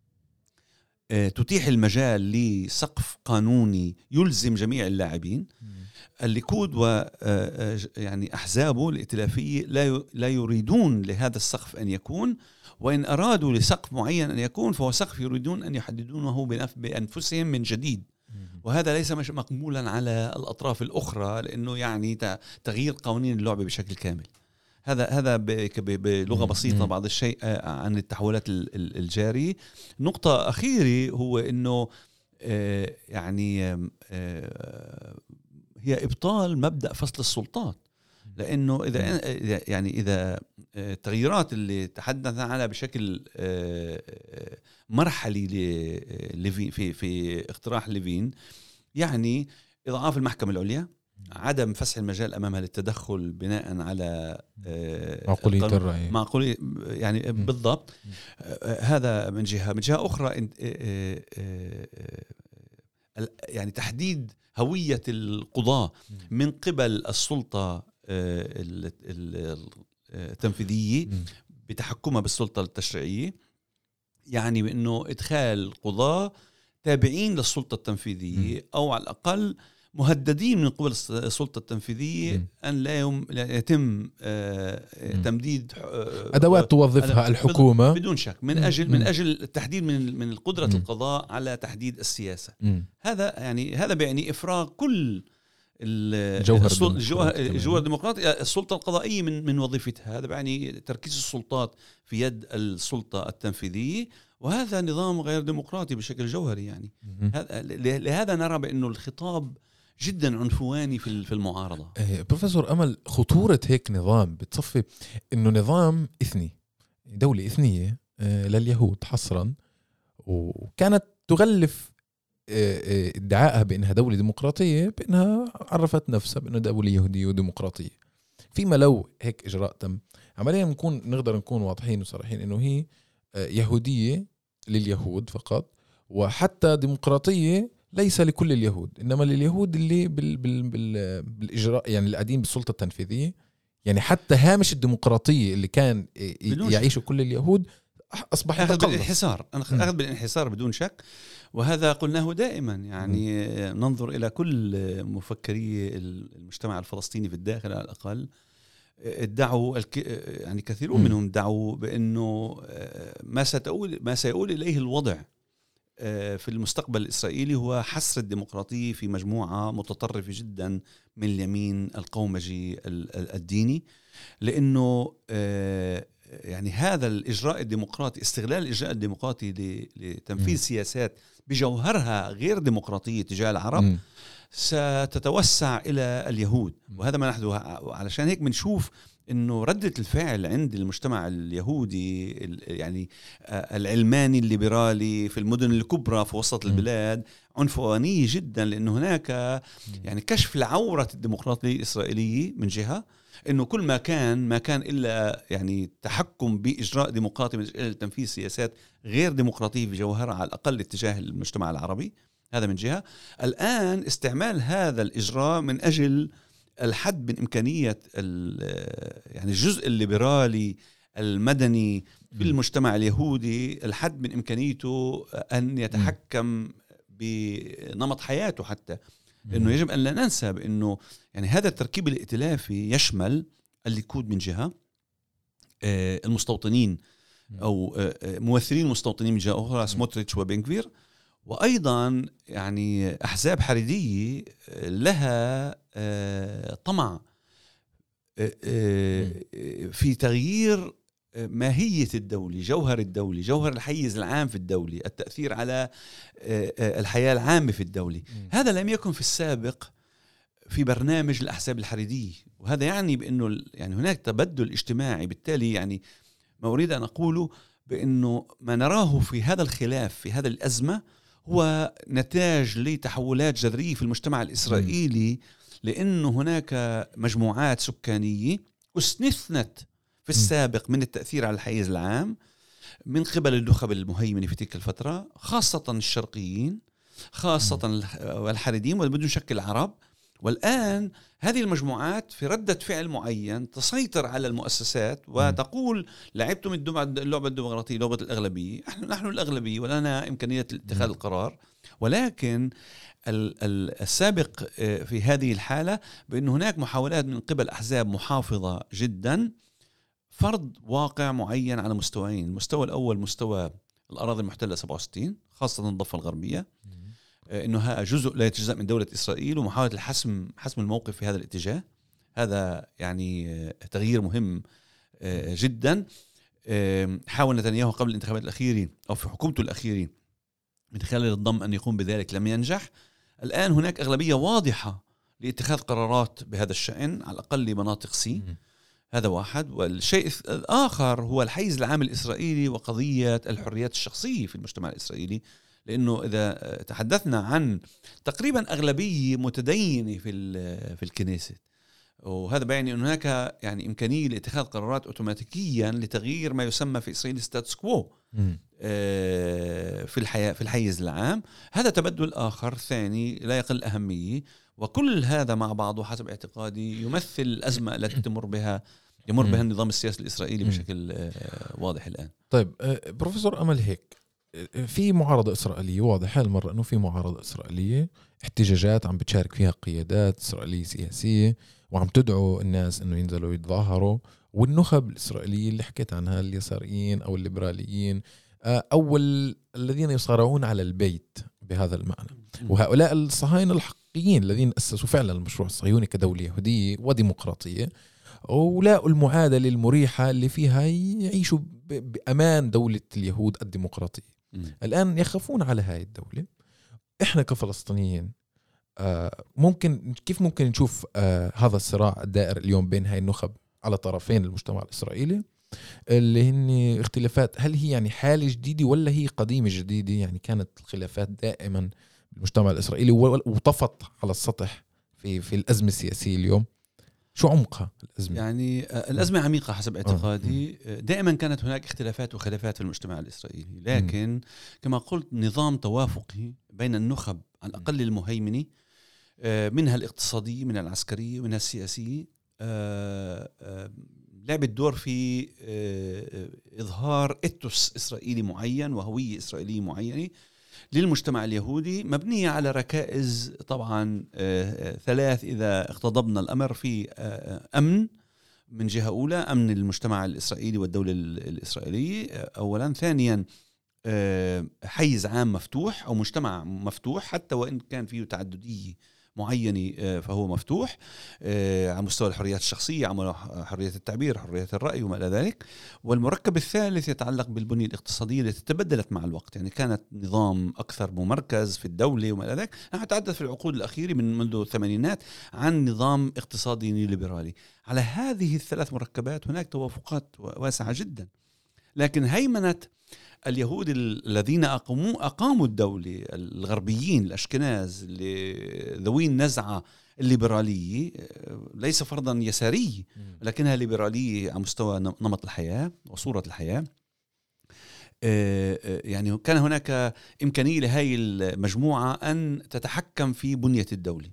[SPEAKER 1] تتيح المجال لسقف قانوني يلزم جميع اللاعبين. الليكود و يعني أحزابه الائتلافية لا لا يريدون لهذا السقف أن يكون، وإن أرادوا لسقف معين أن يكون فهو سقف يريدون أن يحددونه بأنفسهم من جديد، وهذا ليس مش مقبولا على الأطراف الأخرى، لأنه يعني تغيير قوانين اللعبة بشكل كامل. هذا هذا بلغة بسيطة بعض الشيء عن التحولات الجارية. نقطة أخيرة هو إنه يعني هي إبطال مبدأ فصل السلطات، لأنه إذا يعني إذا التغييرات اللي تحدث عنها بشكل مرحلي لليفين في في اقتراح ليفين، يعني إضعاف المحكمة العليا، عدم فسح المجال أمامها للتدخل بناء على
[SPEAKER 2] معقولية الرأي،
[SPEAKER 1] معقولية يعني م. بالضبط. م. هذا من جهة. من جهة أخرى يعني تحديد هوية القضاة من قبل السلطة التنفيذية بتحكمها بالسلطة التشريعية، يعني بأنه إدخال قضاة تابعين للسلطة التنفيذية أو على الأقل مهددين من قبل السلطة التنفيذية م. أن لا يتم تمديد
[SPEAKER 2] أدوات توظفها الحكومة
[SPEAKER 1] بدون شك من أجل من أجل التحديد من من قدرة م. القضاء على تحديد السياسة. م. هذا يعني هذا بيعني إفراغ كل الجوهر الجوهر الديمقراطي السلطة القضائية من من وظيفتها. هذا يعني تركيز السلطات في يد السلطة التنفيذية، وهذا نظام غير ديمقراطي بشكل جوهري. يعني لهذا نرى بأنه الخطاب جدا عنفواني في في المعارضة.
[SPEAKER 2] بروفيسور أمل، خطورة هيك نظام بتصفي إنه نظام إثني، دولة إثنية لليهود حصرا، وكانت تغلف ادعائها بأنها دولة ديمقراطية بأنها عرفت نفسها بأنها دولة يهودية وديمقراطية. فيما لو هيك إجراء تم عمليا نكون نقدر نكون واضحين وصريحين إنه هي يهودية لليهود فقط، وحتى ديمقراطية ليس لكل اليهود، إنما لليهود اللي بال بال بال بالإجراء، يعني اللي قاعدين بالسلطة التنفيذية. يعني حتى هامش الديمقراطية اللي كان يعيشه كل اليهود أصبح
[SPEAKER 1] أخذ بالانحسار. أنا أخذ بالانحسار بدون شك، وهذا قلناه دائما. يعني م. ننظر إلى كل مفكري المجتمع الفلسطيني في الداخل على الأقل، ادعوا الك... يعني كثيرون م. منهم ادعوا بأنه ما ستقول ما سيقول إليه الوضع في المستقبل الإسرائيلي هو حصر الديمقراطية في مجموعة متطرفة جدا من اليمين القومجي الديني، لأنه يعني هذا الإجراء الديمقراطي، استغلال الإجراء الديمقراطي لتنفيذ م. سياسات بجوهرها غير ديمقراطية تجاه العرب م. ستتوسع إلى اليهود. وهذا ما نحن علشان هيك بنشوف إنه ردة الفعل عند المجتمع اليهودي يعني العلماني الليبرالي في المدن الكبرى في وسط البلاد عنفوانية جدا، لأنه هناك يعني كشف لعورة الديمقراطية الإسرائيلية من جهة، إنه كل ما كان ما كان إلا يعني تحكم بإجراء ديمقراطي من أجل تنفيذ سياسات غير ديمقراطية بجوهرها على الأقل اتجاه المجتمع العربي. هذا من جهة. الآن استعمال هذا الإجراء من أجل الحد من إمكانية يعني الجزء الليبرالي المدني في المجتمع اليهودي، الحد من إمكانيته أن يتحكم بنمط حياته، حتى إنه يجب أن لا ننسى بأنه يعني هذا التركيب الائتلافي يشمل الليكود من جهة، المستوطنين أو ممثلين المستوطنين من جهة أخرى سموتريتش وبنغفير، وأيضا يعني أحزاب حريدية لها طمع في تغيير ماهية الدولة، جوهر الدولة، جوهر الحيز العام في الدولة، التأثير على الحياة العامة في الدولة. هذا لم يكن في السابق في برنامج الأحزاب الحريدية، وهذا يعني بأنه يعني هناك تبدل اجتماعي. بالتالي يعني ما أريد أن أقوله بأنه ما نراه في هذا الخلاف، في هذا الأزمة، هو نتاج لتحولات جذرية في المجتمع الإسرائيلي، لأنه هناك مجموعات سكانية استثنت في السابق من التأثير على الحيز العام من قبل النخب المهيمنة في تلك الفترة، خاصة الشرقيين، خاصة الحريديين وبدون شك العرب. والآن هذه المجموعات في ردة فعل معين تسيطر على المؤسسات وتقول لعبتم اللعبة الديمقراطية لعبة الأغلبية، نحن الأغلبية ولنا إمكانية اتخاذ القرار. ولكن السابق في هذه الحالة بأن هناك محاولات من قبل أحزاب محافظة جدا فرض واقع معين على مستويين. المستوى الأول مستوى الأراضي المحتلة سبعة وستين، خاصة الضفة الغربية، إنه جزء لا يتجزأ من دولة إسرائيل، ومحاولة الحسم حسم الموقف في هذا الاتجاه. هذا يعني تغيير مهم جدا. حاول نتنياهو قبل الانتخابات الأخيرة أو في حكومته الأخيرة من خلال الضم أن يقوم بذلك، لم ينجح. الآن هناك أغلبية واضحة لاتخاذ قرارات بهذا الشأن على الأقل لمناطق سي. هذا واحد. والشيء الآخر هو الحيز العام الإسرائيلي وقضية الحريات الشخصية في المجتمع الإسرائيلي، لأنه إذا تحدثنا عن تقريبا أغلبية متدينة في في الكنيسة، وهذا بيعني أن هناك يعني إمكانية لاتخاذ قرارات أوتوماتيكيا لتغيير ما يسمى في إسرائيل ستاتس كوو في الحياة في الحيز العام. هذا تبدل آخر ثاني لا يقل أهمية، وكل هذا مع بعضه حسب اعتقادي يمثل الأزمة التي تمر بها يمر بها النظام السياسي الإسرائيلي بشكل واضح الآن.
[SPEAKER 2] طيب بروفيسور أمل، هيك في معارضة إسرائيلية واضح هالمرة أنه في معارضة إسرائيلية، احتجاجات عم بتشارك فيها قيادات إسرائيلية سياسية وعم تدعو الناس أنه ينزلوا يتظاهروا، والنخب الإسرائيلية اللي حكيت عنها اليساريين أو الليبراليين أو الذين يصارعون على البيت بهذا المعنى، وهؤلاء الصهاينة الحقيقيين الذين أسسوا فعلا المشروع الصهيوني كدولة يهودية وديمقراطية، ولاقوا المعادلة المريحة اللي فيها يعيشوا بأمان دولة اليهود الديمقراطية. م. الآن يخافون على هاي الدولة. إحنا كفلسطينيين آه ممكن كيف ممكن نشوف آه هذا الصراع الدائر اليوم بين هاي النخب على طرفين المجتمع الإسرائيلي، اللي هن اختلافات، هل هي يعني حالة جديدة ولا هي قديمة جديدة؟ يعني كانت الخلافات دائما بالمجتمع الإسرائيلي وطفت على السطح في في الأزمة السياسية اليوم. شو عمقها الأزمة؟
[SPEAKER 1] يعني الأزمة عميقة حسب اعتقادي. دائما كانت هناك اختلافات وخلافات في المجتمع الإسرائيلي، لكن كما قلت نظام توافقي بين النخب على الأقل المهيمنة، منها الاقتصادية منها العسكرية منها السياسية، لعبت دور في إظهار إثوس إسرائيلي معين وهوية إسرائيلية معينة للمجتمع اليهودي، مبنية على ركائز طبعا ثلاث إذا اقتضبنا الأمر. في أمن من جهة أولى، أمن المجتمع الإسرائيلي والدولة الإسرائيلية أولا، ثانيا حيز عام مفتوح أو مجتمع مفتوح حتى وإن كان فيه تعددية معينة فهو مفتوح على مستوى الحريات الشخصية، على حرية التعبير، حرية الرأي وما إلى ذلك. والمركب الثالث يتعلق بالبنية الاقتصادية التي تبدلت مع الوقت، يعني كانت نظام أكثر ممركز في الدولة وما إلى ذلك. نحن نتحدث في العقود الأخيرة من منذ الثمانينات عن نظام اقتصادي نيوليبرالي. على هذه الثلاث مركبات هناك توافقات واسعة جدا، لكن هيمنة اليهود الذين أقاموا أقاموا الدولة، الغربيين الأشكناز ذوي النزعة الليبرالية، ليس فرضا يساري لكنها ليبرالية على مستوى نمط الحياة وصورة الحياة. يعني كان هناك إمكانية لهذه المجموعة أن تتحكم في بنية الدولة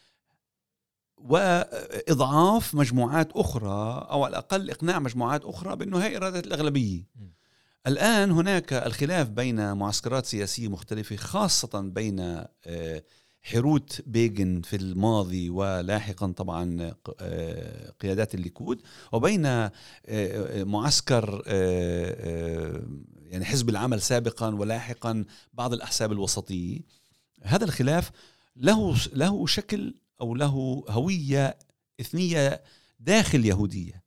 [SPEAKER 1] وإضعاف مجموعات أخرى، أو على الأقل إقناع مجموعات أخرى بأنه هي إرادة الأغلبية. الآن هناك الخلاف بين معسكرات سياسية مختلفة، خاصة بين حروت بيغن في الماضي ولاحقا طبعا قيادات الليكود، وبين معسكر يعني حزب العمل سابقا ولاحقا بعض الأحزاب الوسطية. هذا الخلاف له له شكل أو له هوية إثنية داخل يهودية،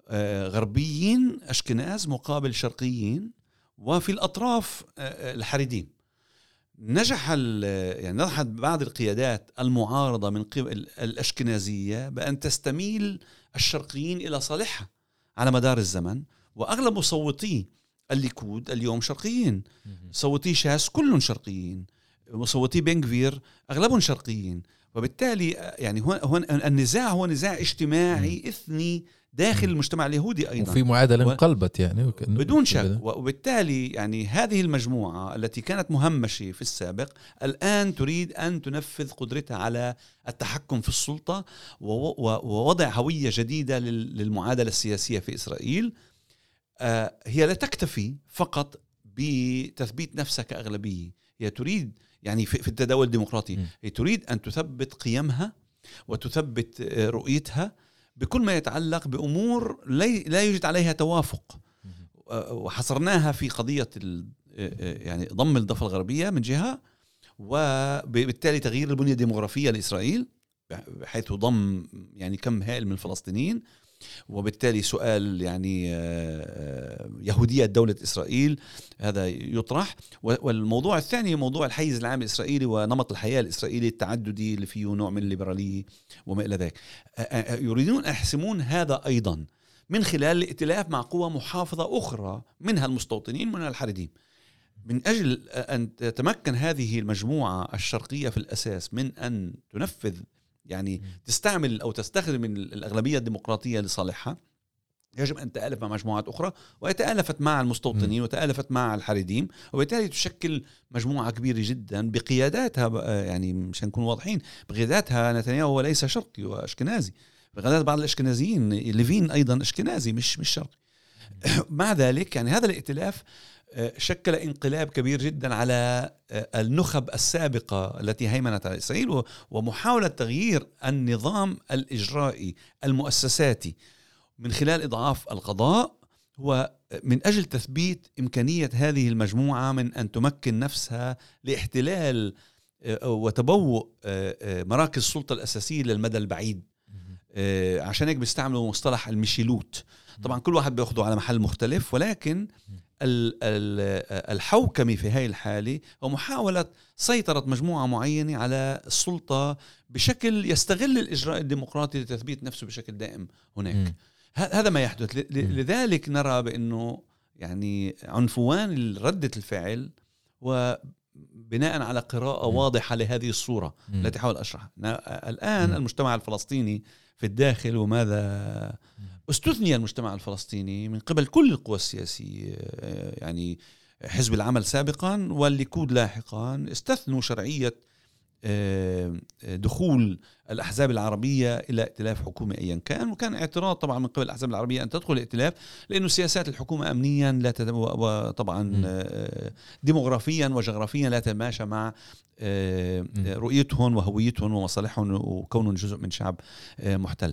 [SPEAKER 1] غربيين أشكناز مقابل شرقيين، وفي الأطراف الحريدين. نجح يعني نجحت بعض القيادات المعارضة من قبل الأشكنازية بأن تستميل الشرقيين إلى صالحها على مدار الزمن، وأغلب مصوتي الليكود اليوم شرقيين، صوتي شاس كلهم شرقيين، مصوتي بنغفير أغلبهم شرقيين. وبالتالي يعني هون هون النزاع هو نزاع اجتماعي إثني داخل المجتمع اليهودي أيضا،
[SPEAKER 2] وفي معادلة انقلبت يعني
[SPEAKER 1] بدون شك. وبالتالي يعني هذه المجموعة التي كانت مهمشة في السابق الآن تريد أن تنفذ قدرتها على التحكم في السلطة ووضع هوية جديدة للمعادلة السياسية في إسرائيل. هي لا تكتفي فقط بتثبيت نفسها كأغلبية، هي تريد يعني في التداول الديمقراطي هي تريد أن تثبت قيمها وتثبت رؤيتها بكل ما يتعلق بأمور لا يوجد عليها توافق، وحصرناها في قضية يعني ضم الضفة الغربية من جهة، وبالتالي تغيير البنية الديمغرافية لإسرائيل بحيث ضم يعني كم هائل من الفلسطينيين، وبالتالي سؤال يعني يهودية دولة إسرائيل هذا يطرح. والموضوع الثاني موضوع الحيز العام الإسرائيلي ونمط الحياة الإسرائيلي التعددي اللي فيه نوع من الليبرالية وما إلى ذلك. يريدون أن يحسمون هذا أيضا من خلال الائتلاف مع قوى محافظة أخرى منها المستوطنين ومنها الحريديم. من أجل أن تتمكن هذه المجموعة الشرقية في الأساس من أن تنفذ يعني تستعمل أو تستخدم الأغلبية الديمقراطية لصالحها، يجب أن تتآلف مع مجموعات أخرى، ويتآلفت مع المستوطنين وتآلفت مع الحريديم، وبالتالي تشكل مجموعة كبيرة جدا بقياداتها، يعني مشان نكون واضحين، بقياداتها نتنياهو هو ليس شرقي وأشكنازي، بقيادات بعض الأشكنازيين، ليفين أيضا أشكنازي مش مش شرقي. مع ذلك يعني هذا الائتلاف شكل انقلاب كبير جدا على النخب السابقة التي هيمنت على إسرائيل، ومحاولة تغيير النظام الإجرائي المؤسساتي من خلال إضعاف القضاء، هو من أجل تثبيت إمكانية هذه المجموعة من أن تمكن نفسها لاحتلال وتبوء مراكز السلطة الأساسية للمدى البعيد. عشان هيك بيستعملوا مصطلح المشيلوت. طبعا كل واحد بيأخذه على محل مختلف، ولكن الحوكمة في هاي الحالة هو محاولة سيطرة مجموعة معينة على السلطة بشكل يستغل الإجراء الديمقراطي لتثبيت نفسه بشكل دائم هناك. هذا ما يحدث. لذلك نرى بأنه يعني عنفوان ردة الفعل وبناء على قراءة واضحة لهذه الصورة التي حاول أشرحها. الآن المجتمع الفلسطيني في الداخل، وماذا استثني المجتمع الفلسطيني من قبل كل القوى السياسية، يعني حزب العمل سابقا والليكود لاحقا استثنوا شرعية دخول الأحزاب العربية إلى ائتلاف حكومي أيا كان، وكان اعتراض طبعا من قبل الأحزاب العربية أن تدخل الائتلاف لأنه سياسات الحكومة أمنيا لا تت... وطبعا ديموغرافيا وجغرافيا لا تتماشى مع رؤيتهم وهويتهم ومصالحهم وكونهم جزء من شعب محتل.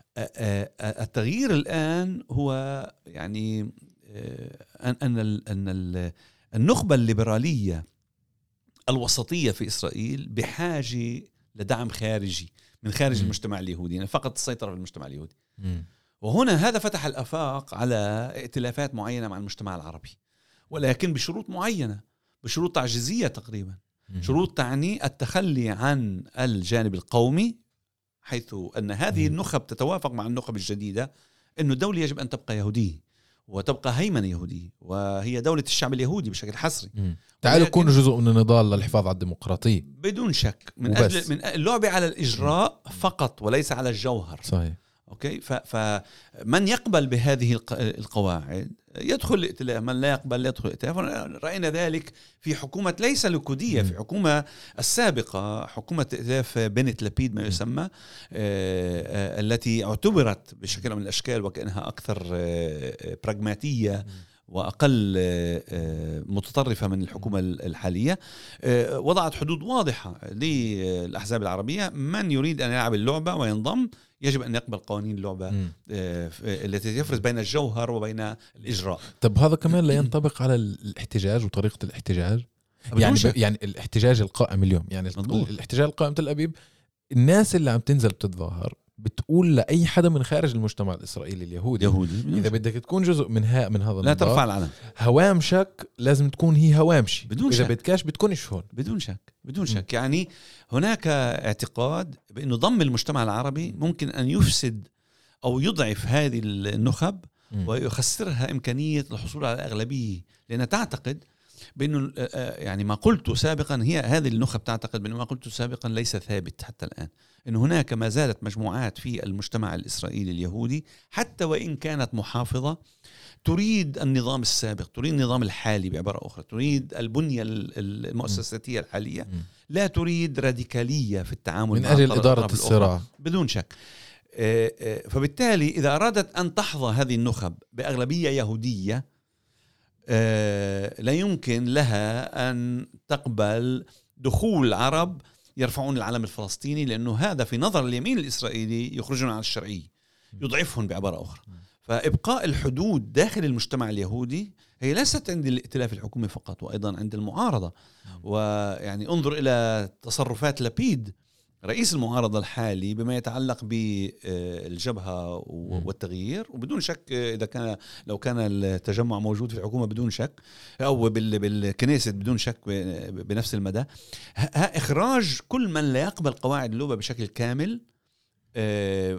[SPEAKER 1] التغيير الآن هو يعني أن أن النخبة الليبرالية الوسطية في إسرائيل بحاجة لدعم خارجي من خارج م. المجتمع اليهودي، يعني فقط السيطرة في المجتمع اليهودي. م. وهنا هذا فتح الآفاق على ائتلافات معينة مع المجتمع العربي، ولكن بشروط معينة، بشروط تعجيزية تقريبا. م. شروط تعني التخلي عن الجانب القومي، حيث أن هذه م. النخب تتوافق مع النخب الجديدة أنه الدولة يجب أن تبقى يهودية وتبقى هيمنة يهودية، وهي دولة الشعب اليهودي بشكل حصري.
[SPEAKER 2] تعالوا كونوا جزء من النضال للحفاظ على الديمقراطية بدون
[SPEAKER 1] شك، من أجل من اللعب على الإجراء فقط وليس على الجوهر.
[SPEAKER 2] صحيح.
[SPEAKER 1] أوكي. فمن يقبل بهذه القواعد يدخل الائتلاف، من لا يقبل لا يدخل الائتلاف. رأينا ذلك في حكومة ليس ليكودية، في حكومة السابقة، حكومة ائتلاف بنت لبيد ما يسمى، آه التي اعتبرت بشكل من الأشكال وكأنها أكثر آه براغماتية وأقل متطرفة من الحكومة الحالية. وضعت حدود واضحة للأحزاب العربية، من يريد أن يلعب اللعبة وينضم يجب أن يقبل قوانين اللعبة م. التي تفرز بين الجوهر وبين الإجراء.
[SPEAKER 2] طب هذا كمان لا ينطبق على الاحتجاج وطريقة الاحتجاج؟ يعني ب... يعني الاحتجاج القائم اليوم، يعني مضبوط. الاحتجاج القائم تل أبيب، الناس اللي عم تنزل بتتظاهر بتقول لأي حدا من خارج المجتمع الإسرائيلي اليهودي
[SPEAKER 1] يهودي
[SPEAKER 2] إذا بدك تكون جزء من ها من هذا
[SPEAKER 1] لا ترفع العلم،
[SPEAKER 2] هوامشك لازم تكون هي هوامشي
[SPEAKER 1] بدون
[SPEAKER 2] إذا
[SPEAKER 1] شك.
[SPEAKER 2] بدكاش بتكونش هون
[SPEAKER 1] بدون شك بدون شك. يعني هناك اعتقاد بأنه ضم المجتمع العربي ممكن أن يفسد أو يضعف هذه النخب م. ويخسرها إمكانية الحصول على أغلبية، لأنها تعتقد بأنه يعني ما قلت سابقا، هي هذه النخب تعتقد بأنه ما قلت سابقا ليس ثابت حتى الآن، أن هناك ما زالت مجموعات في المجتمع الإسرائيلي اليهودي حتى وإن كانت محافظة تريد النظام السابق، تريد النظام الحالي، بعبارة أخرى تريد البنية المؤسساتية الحالية، لا تريد راديكالية في التعامل
[SPEAKER 2] من أجل إدارة الصراع
[SPEAKER 1] بدون شك. فبالتالي إذا أرادت أن تحظى هذه النخب بأغلبية يهودية لا يمكن لها أن تقبل دخول عرب يرفعون العلم الفلسطيني، لأنه هذا في نظر اليمين الإسرائيلي يخرجون عن الشرعية، يضعفهم بعبارة أخرى. فإبقاء الحدود داخل المجتمع اليهودي هي ليست عند الائتلاف الحكومي فقط، وأيضا عند المعارضة. ويعني انظر إلى تصرفات لبيد رئيس المعارضة الحالي بما يتعلق بالجبهة والتغيير، وبدون شك إذا كان لو كان التجمع موجود في الحكومة بدون شك، أو بالكنيسة بدون شك بنفس المدى. إخراج كل من لا يقبل قواعد اللعبة بشكل كامل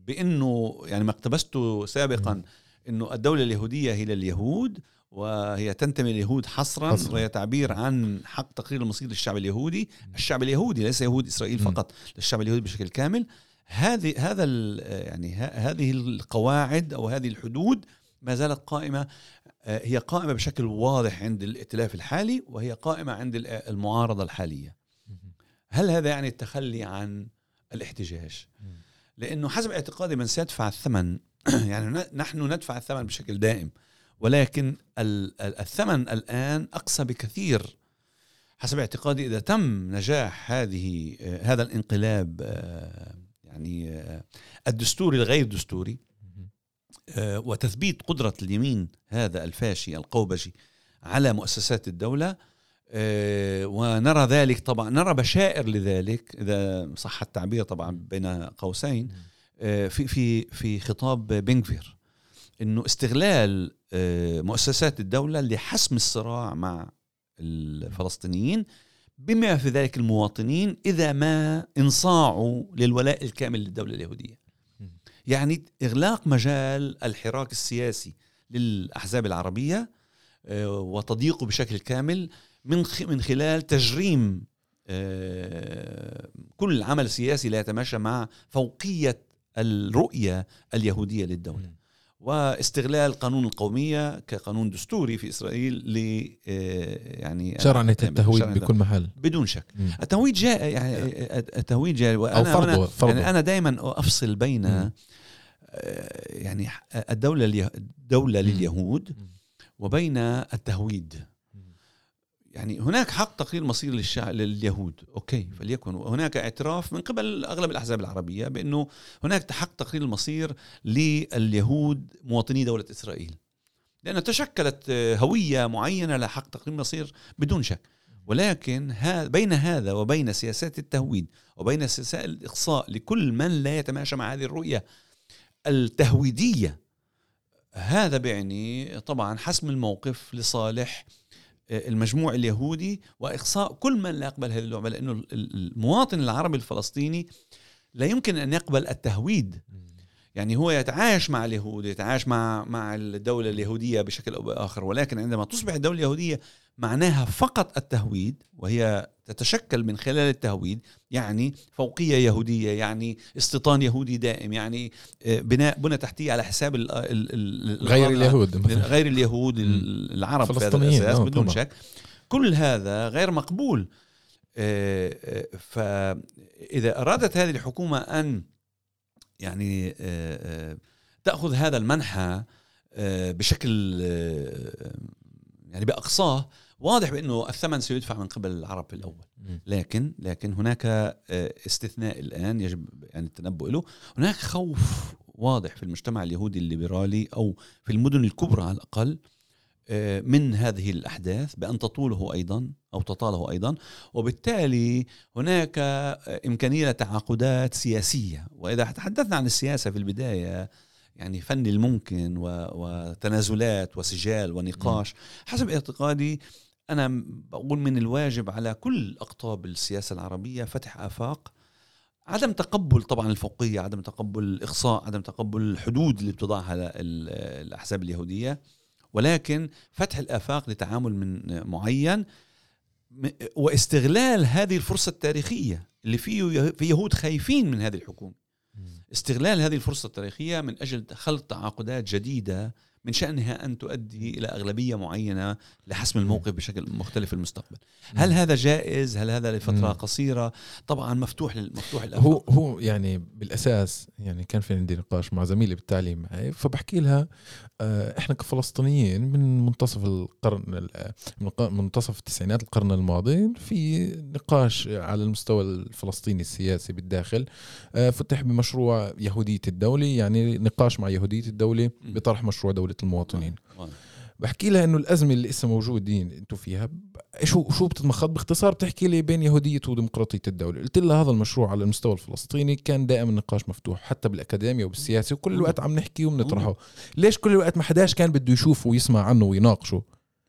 [SPEAKER 1] بأنه يعني ما اقتبسته سابقا أنه الدولة اليهودية هي لليهود وهي تنتمي لليهود حصرا, حصرا وهي تعبير عن حق تقرير المصير للشعب اليهودي, الشعب اليهودي ليس يهود إسرائيل فقط, للشعب اليهودي بشكل كامل. هذه هذا يعني هذه القواعد أو هذه الحدود ما زالت قائمة, هي قائمة بشكل واضح عند الائتلاف الحالي وهي قائمة عند المعارضة الحالية. هل هذا يعني التخلي عن الاحتجاج؟ لأنه حسب اعتقادي من سيدفع الثمن يعني نحن ندفع الثمن بشكل دائم, ولكن الثمن الآن أقصى بكثير حسب اعتقادي إذا تم نجاح هذه هذا الانقلاب يعني الدستوري الغير دستوري وتثبيت قدرة اليمين هذا الفاشي القوبجي على مؤسسات الدولة. ونرى ذلك طبعا, نرى بشائر لذلك إذا صح التعبير طبعا بين قوسين في في في خطاب بن غفير, إنه استغلال مؤسسات الدولة لحسم الصراع مع الفلسطينيين بما في ذلك المواطنين إذا ما انصاعوا للولاء الكامل للدولة اليهودية. يعني إغلاق مجال الحراك السياسي للأحزاب العربية وتضييقه بشكل كامل من من خلال تجريم كل عمل سياسي لا يتماشى مع فوقية الرؤية اليهودية للدولة, واستغلال قانون القومية كقانون دستوري في إسرائيل ل يعني
[SPEAKER 2] شرعنة التهويد بكل محل
[SPEAKER 1] بدون شك. م. التهويد جاء يعني التهويد جاء وأنا
[SPEAKER 2] أو فرضه, فرضه.
[SPEAKER 1] يعني أنا دائما أفصل بين م. يعني الدولة الدولة لليهود وبين التهويد. يعني هناك حق تقرير مصير للشعب لليهود, أوكي فليكن هناك اعتراف من قبل أغلب الأحزاب العربية بأنه هناك حق تقرير المصير لليهود مواطني دولة إسرائيل, لأنه تشكلت هوية معينة لحق تقرير المصير بدون شك. ولكن بين هذا وبين سياسات التهويد وبين سياسات الإقصاء لكل من لا يتماشى مع هذه الرؤية التهويدية, هذا بيعني طبعا حسم الموقف لصالح المجموع اليهودي وإقصاء كل من لا يقبل هذه اللعبة, لأنه المواطن العربي الفلسطيني لا يمكن أن يقبل التهويد. يعني هو يتعايش مع اليهود, يتعايش مع مع الدولة اليهودية بشكل أو بآخر, ولكن عندما تصبح الدولة اليهودية معناها فقط التهويد, وهي تتشكل من خلال التهويد يعني فوقية يهودية, يعني استيطان يهودي دائم, يعني بناء بنى تحتية على حساب ال ال
[SPEAKER 2] غير اليهود
[SPEAKER 1] غير اليهود العرب في هذا الأساس بدون شك. كل هذا غير مقبول. فإذا أرادت هذه الحكومة أن يعني تأخذ هذا المنحى بشكل يعني بأقصاه, واضح بأنه الثمن سيدفع من قبل العرب في الأول. لكن لكن هناك استثناء الآن يجب يعني التنبؤ له. هناك خوف واضح في المجتمع اليهودي الليبرالي أو في المدن الكبرى على الأقل من هذه الأحداث بأن تطوله أيضا أو تطاله أيضا, وبالتالي هناك إمكانية لتعاقدات سياسية. وإذا تحدثنا عن السياسة في البداية يعني فن الممكن وتنازلات وسجال ونقاش, حسب اعتقادي أنا بقول من الواجب على كل أقطاب السياسة العربية فتح آفاق, عدم تقبل طبعا الفوقية, عدم تقبل الإقصاء, عدم تقبل الحدود اللي بتضعها الأحزاب اليهودية, ولكن فتح الآفاق لتعامل من معين واستغلال هذه الفرصة التاريخية اللي فيه في يهود خايفين من هذه الحكومة, استغلال هذه الفرصة التاريخية من أجل خلق تعاقدات جديدة من شأنها أن تؤدي إلى أغلبية معينة لحسم الموقف بشكل مختلف في المستقبل. هل هذا جائز؟ هل هذا لفترة قصيرة؟ طبعا مفتوح مفتوح الآفاق.
[SPEAKER 2] هو هو يعني بالأساس يعني كان في عندي نقاش مع زميلي بالتعليم معي, فبحكي لها إحنا كفلسطينيين من منتصف القرن من منتصف التسعينات القرن الماضي في نقاش على المستوى الفلسطيني السياسي بالداخل, فتح بمشروع يهودية الدولة, يعني نقاش مع يهودية الدولة بطرح مشروع دولة المواطنين. بحكي لها انه الازمه اللي لسه موجودين انتم فيها شو شو بتتمخض باختصار, بتحكي لي بين يهوديه وديمقراطيه الدوله. قلت لها هذا المشروع على المستوى الفلسطيني كان دائما النقاش مفتوح حتى بالاكاديميه وبالسياسه, وكل الوقت عم نحكي وبنطرحه. ليش كل الوقت ما حداش كان بده يشوفه ويسمع عنه ويناقشه؟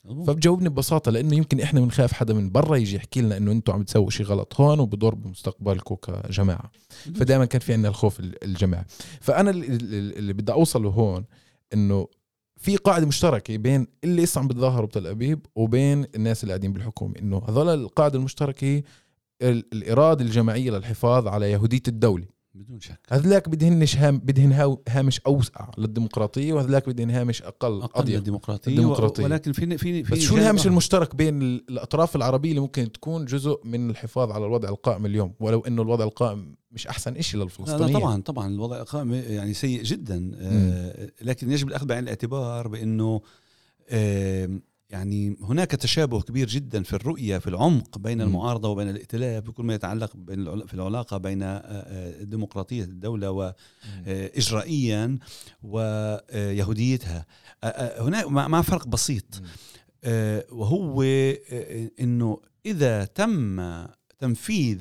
[SPEAKER 2] فبجاوبني ببساطة لأنه يمكن إحنا بنخاف حدا من برا يجي يحكي لنا إنه أنتوا عم تسووا شيء غلط هون وبضر بمستقبلكم كجماعة. فدائما كان في عندنا الخوف الجماعي. فأنا اللي بدي أوصله هون إنه في قاعدة مشتركة بين اللي لسه عم بتظاهروا بتل أبيب وبين الناس اللي قاعدين بالحكومة، إنه هذول القاعدة المشتركة هي الإرادة الجماعية للحفاظ على يهودية الدولة
[SPEAKER 1] بدون شك.
[SPEAKER 2] هذلاك بدهنش هام بدهن هامش أوسع للديمقراطية وهذلاك بدهن هامش أقل
[SPEAKER 1] أقل للديمقراطية.
[SPEAKER 2] الديمقراطية.
[SPEAKER 1] ولكن في في
[SPEAKER 2] بس شو الهامش المشترك بين الأطراف العربية اللي ممكن تكون جزء من الحفاظ على الوضع القائم اليوم، ولو إنه الوضع القائم مش أحسن إشي للفلسطينيين؟
[SPEAKER 1] طبعا طبعا الوضع القائم يعني سيء جدا. آه لكن يجب الأخذ بعين الاعتبار بأنه آه يعني هناك تشابه كبير جدا في الرؤية في العمق بين المعارضة وبين الائتلاف بكل ما يتعلق بين في العلاقة بين ديمقراطية الدولة وإجرائيا ويهوديتها. هناك مع فرق بسيط، وهو إنه إذا تم تنفيذ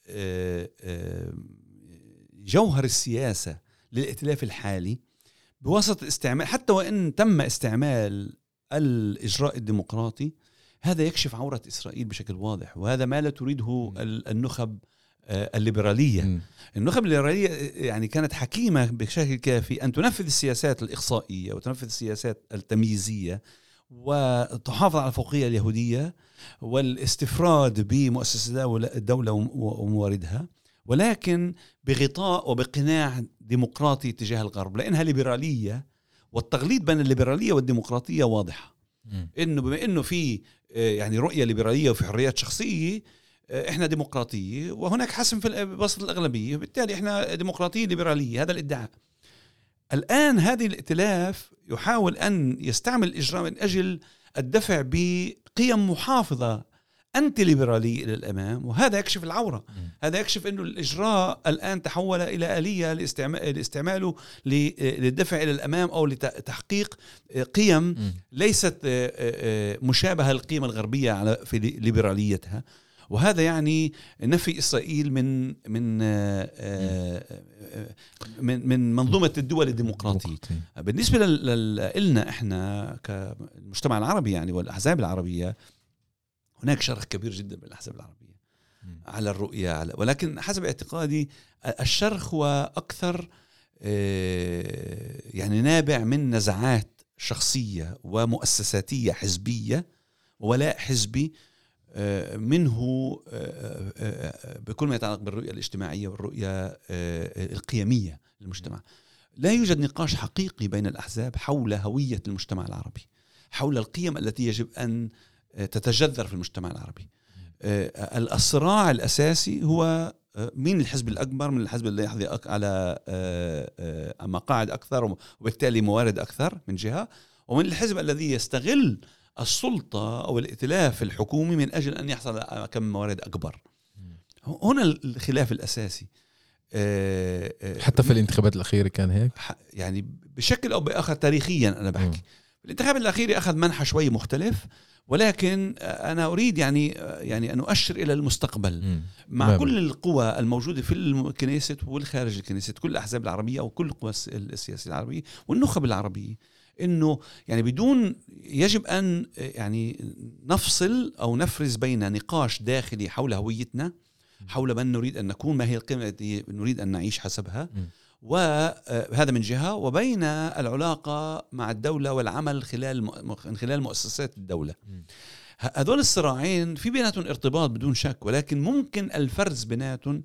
[SPEAKER 1] جوهر السياسة للائتلاف الحالي بواسطة استعمال، حتى وإن تم استعمال الإجراء الديمقراطي، هذا يكشف عورة إسرائيل بشكل واضح، وهذا ما لا تريده النخب الليبرالية. م. النخب الليبرالية يعني كانت حكيمة بشكل كافي أن تنفذ السياسات الإقصائية وتنفذ السياسات التمييزية وتحافظ على الفوقية اليهودية والاستفراد بمؤسسات الدولة ومواردها، ولكن بغطاء وبقناع ديمقراطي تجاه الغرب، لأنها ليبرالية. والتغليط بين الليبرالية والديمقراطية واضحة، إنه بما إنه في يعني رؤية ليبرالية وفي حريات شخصية، إحنا ديمقراطية وهناك حسم في وسط الأغلبية، بالتالي إحنا ديمقراطية ليبرالية. هذا الادعاء. الآن هذه الائتلاف يحاول أن يستعمل الإجراء من أجل الدفع بقيم محافظة أنتي ليبرالية إلى الأمام، وهذا يكشف العورة. م. هذا يكشف أنه الإجراء الآن تحول إلى آلية لاستعماله للدفع إلى الأمام أو لتحقيق قيم م. ليست مشابهة للقيم الغربية على في ليبراليتها. وهذا يعني نفي إسرائيل من من من من منظومة الدول الديمقراطية. بالنسبة لنا إحنا كمجتمع العربي يعني والأحزاب العربية، هناك شرخ كبير جدا بالأحزاب العربية م. على الرؤية على، ولكن حسب اعتقادي الشرخ هو أكثر يعني نابع من نزعات شخصية ومؤسساتية حزبية وولاء حزبي منه بكل ما يتعلق بالرؤية الاجتماعية والرؤية القيمية للمجتمع. لا يوجد نقاش حقيقي بين الأحزاب حول هوية المجتمع العربي، حول القيم التي يجب أن تتجذر في المجتمع العربي. الصراع الأساسي هو مين الحزب الأكبر، من الحزب اللي يحظى على مقاعد أكثر وبالتالي موارد أكثر من جهة، ومن الحزب الذي يستغل السلطة أو الائتلاف الحكومي من أجل أن يحصل على كم موارد أكبر. هنا الخلاف الأساسي.
[SPEAKER 2] حتى في الانتخابات الأخيرة كان هيك،
[SPEAKER 1] يعني بشكل أو بآخر تاريخيا أنا بحكي. الانتخاب الأخير أخذ منحى شوي مختلف، ولكن أنا أريد يعني يعني أن أؤشر إلى المستقبل م. مع مم. كل القوى الموجودة في الكنيسة والخارج الكنيسة، كل الأحزاب العربية أو كل القوى السياسية العربية والنخب العربية، إنه يعني بدون يجب أن يعني نفصل أو نفرز بين نقاش داخلي حول هويتنا، حول من نريد أن نكون، ما هي القيمة التي نريد أن نعيش حسبها م. وهذا من جهة، وبين العلاقة مع الدولة والعمل خلال من خلال مؤسسات الدولة. هذول الصراعين في بيناتهم ارتباط بدون شك، ولكن ممكن الفرز بيناتهم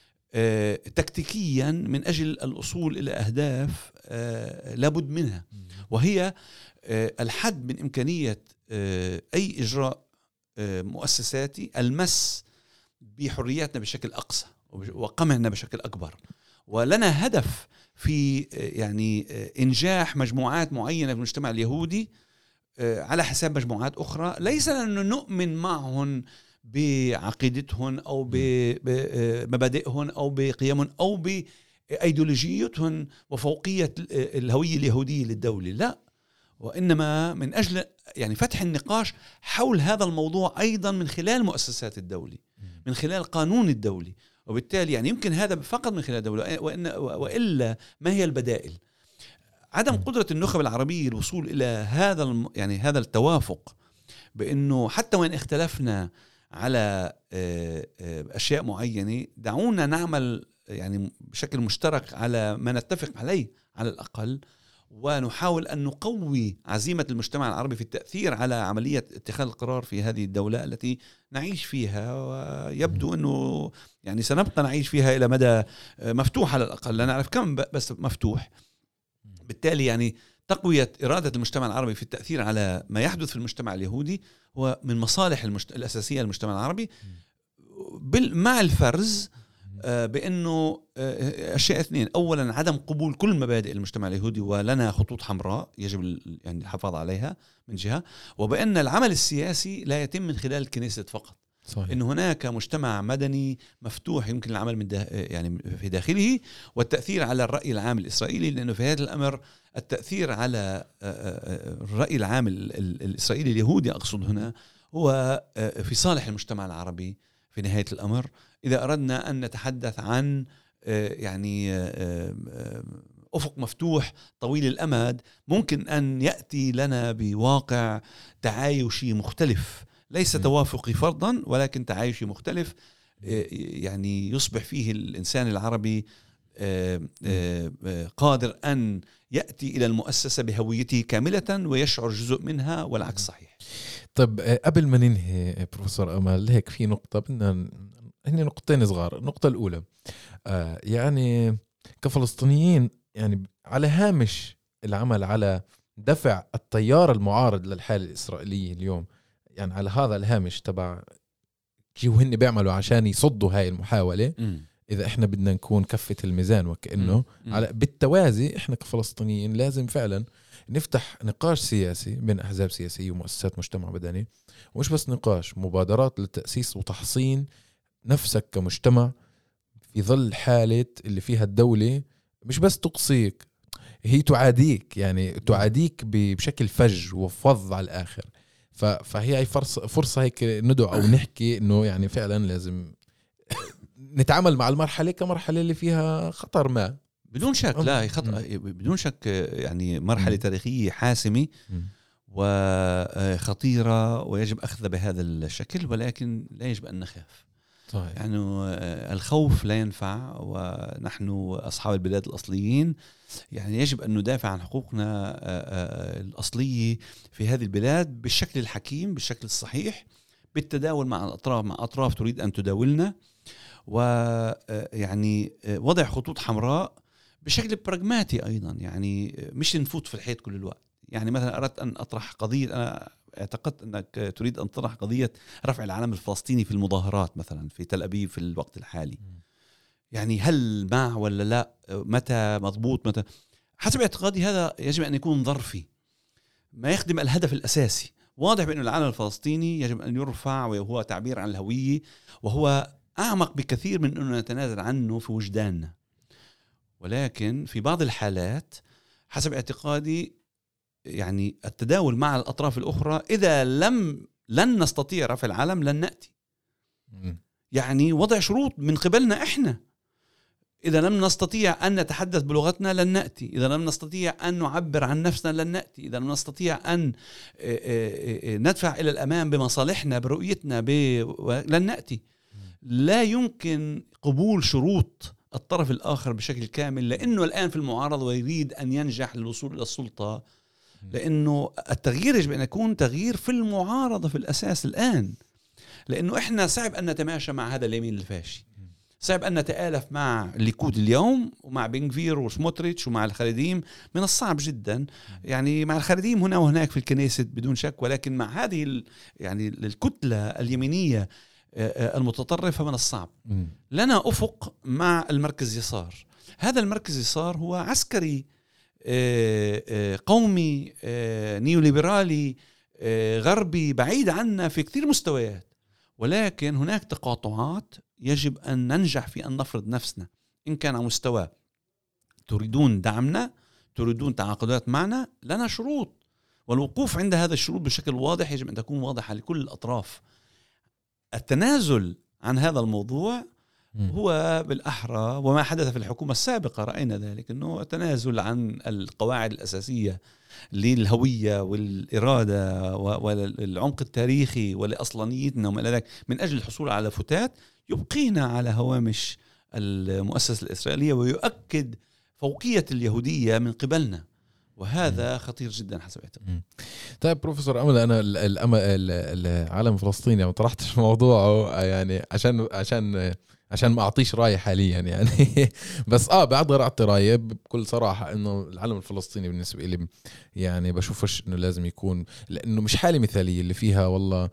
[SPEAKER 1] تكتيكيا من أجل الوصول إلى أهداف لابد منها، وهي الحد من إمكانية أي إجراء مؤسساتي المس بحرياتنا بشكل أقصى وقمعنا بشكل أكبر. ولنا هدف في يعني إنجاح مجموعات معينة في المجتمع اليهودي على حساب مجموعات أخرى، ليس لأنه نؤمن معهم بعقيدتهم أو بمبادئهم أو بقيمهم أو بأيديولوجيتهم وفوقية الهوية اليهودية للدولة، لا، وإنما من أجل يعني فتح النقاش حول هذا الموضوع أيضا من خلال مؤسسات الدولة، من خلال قانون الدولي. وبالتالي يعني يمكن هذا فقط من خلال الدولة، وإن وإلا ما هي البدائل؟ عدم قدرة النخب العربية الوصول إلى هذا يعني هذا التوافق بأنه حتى وإن اختلفنا على أشياء معينة دعونا نعمل يعني بشكل مشترك على ما نتفق عليه على الأقل، ونحاول أن نقوي عزيمة المجتمع العربي في التأثير على عملية اتخاذ القرار في هذه الدولة التي نعيش فيها، ويبدو أنه يعني سنبقى نعيش فيها إلى مدى مفتوح على الأقل، لا نعرف كم بس مفتوح. بالتالي يعني تقوية إرادة المجتمع العربي في التأثير على ما يحدث في المجتمع اليهودي هو من مصالح المجت... الأساسية للمجتمع العربي، بال... مع الفرز بأنه أشياء اثنين: أولا عدم قبول كل مبادئ المجتمع اليهودي، ولنا خطوط حمراء يجب يعني الحفاظ عليها من جهة، وبأن العمل السياسي لا يتم من خلال الكنيسة فقط. صحيح. إن هناك مجتمع مدني مفتوح يمكن العمل من ده يعني في داخله والتأثير على الرأي العام الإسرائيلي، لأنه في هذا الأمر التأثير على الرأي العام الإسرائيلي اليهودي أقصد هنا هو في صالح المجتمع العربي في نهاية الأمر، إذا أردنا أن نتحدث عن يعني أفق مفتوح طويل الأمد ممكن أن يأتي لنا بواقع تعايشي مختلف، ليس توافقي فرضا ولكن تعايشي مختلف، يعني يصبح فيه الإنسان العربي قادر أن يأتي إلى المؤسسة بهويته كاملة ويشعر جزء منها والعكس صحيح.
[SPEAKER 2] طب قبل ما ننهي بروفيسور أمل، هيك في نقطة بدنا هني نقطتين صغار. النقطة الأولى آه يعني كفلسطينيين يعني على هامش العمل على دفع التيار المعارض للحالة الإسرائيلية اليوم، يعني على هذا الهامش تبع كيف هن بيعملوا عشان يصدوا هاي المحاولة. م. إذا إحنا بدنا نكون كفة الميزان وكأنه م. على بالتوازي إحنا كفلسطينيين لازم فعلا نفتح نقاش سياسي بين أحزاب سياسية ومؤسسات مجتمع مدني، ومش بس نقاش، مبادرات للتأسيس وتحصين نفسك كمجتمع في ظل حالة اللي فيها الدولة مش بس تقصيك، هي تعاديك، يعني تعاديك بشكل فج وفظ على الآخر. فهي هي فرصة, فرصة هيك ندعو أو نحكي إنه يعني فعلا لازم نتعامل مع المرحلة كمرحلة اللي فيها خطر ما
[SPEAKER 1] بدون شك. لا خطر بدون شك، يعني مرحلة م. تاريخية حاسمة م. وخطيرة ويجب أخذها بهذا الشكل، ولكن لا يجب أن نخاف. طيب. يعني الخوف لا ينفع، ونحن أصحاب البلاد الأصليين يعني يجب أن ندافع عن حقوقنا الأصلية في هذه البلاد بالشكل الحكيم، بالشكل الصحيح، بالتداول مع الأطراف مع أطراف تريد أن تداولنا، ويعني وضع خطوط حمراء بشكل براغماتي أيضا، يعني مش نفوت في الحيط كل الوقت. يعني مثلا أردت أن أطرح قضية، أنا اعتقدت أنك تريد أن تطرح قضية رفع العلم الفلسطيني في المظاهرات مثلا في تل أبيب في الوقت الحالي. يعني هل مع ولا لا، متى مضبوط، متى؟ حسب اعتقادي هذا يجب أن يكون ظرفي ما يخدم الهدف الأساسي. واضح بأن العلم الفلسطيني يجب أن يرفع، وهو تعبير عن الهوية، وهو أعمق بكثير من أنه نتنازل عنه في وجداننا. ولكن في بعض الحالات حسب اعتقادي يعني التداول مع الأطراف الأخرى، إذا لم لن نستطيع رفع العلم لن نأتي. يعني وضع شروط من قبلنا إحنا، إذا لم نستطيع أن نتحدث بلغتنا لن نأتي، إذا لم نستطيع أن نعبر عن نفسنا لن نأتي، إذا لم نستطيع أن ندفع إلى الأمام بمصالحنا برؤيتنا ب... لن نأتي. لا يمكن قبول شروط الطرف الآخر بشكل كامل، لأنه الآن في المعارضة ويريد أن ينجح للوصول إلى السلطة، لأنه التغيير يجب أن يكون تغيير في المعارضة في الأساس الآن، لأنه إحنا صعب أن نتماشى مع هذا اليمين الفاشي، صعب أن نتآلف مع الليكود اليوم ومع بنغفير وسموتريتش ومع الخريديم، من الصعب جدا. يعني مع الخريديم هنا وهناك في الكنيسة بدون شك، ولكن مع هذه يعني الكتلة اليمينية المتطرفة من الصعب. لنا أفق مع المركز يسار. هذا المركز يسار هو عسكري قومي نيوليبرالي غربي بعيد عنا في كثير مستويات، ولكن هناك تقاطعات يجب أن ننجح في أن نفرض نفسنا. إن كان على مستوى تريدون دعمنا، تريدون تعاقدات معنا، لنا شروط، والوقوف عند هذا الشروط بشكل واضح يجب أن تكون واضحة لكل الأطراف. التنازل عن هذا الموضوع هو بالأحرى وما حدث في الحكومة السابقة رأينا ذلك أنه تنازل عن القواعد الأساسية للهوية والإرادة والعمق التاريخي ولأصلانيتنا وما إلى ذلك من أجل الحصول على فتات يبقينا على هوامش المؤسسة الإسرائيلية ويؤكد فوقية اليهودية من قبلنا، وهذا خطير جدا حسب اعتقادي.
[SPEAKER 2] طيب بروفيسور أمل، أنا العالم الفلسطيني ما طرحتش موضوعه يعني عشان عشان عشان ما أعطيش رأي حاليا يعني بس آه بقدر أعطي رأي بكل صراحة إنه العالم الفلسطيني بالنسبة لي يعني بشوفش إنه لازم يكون، لأنه مش حالة مثالية اللي فيها والله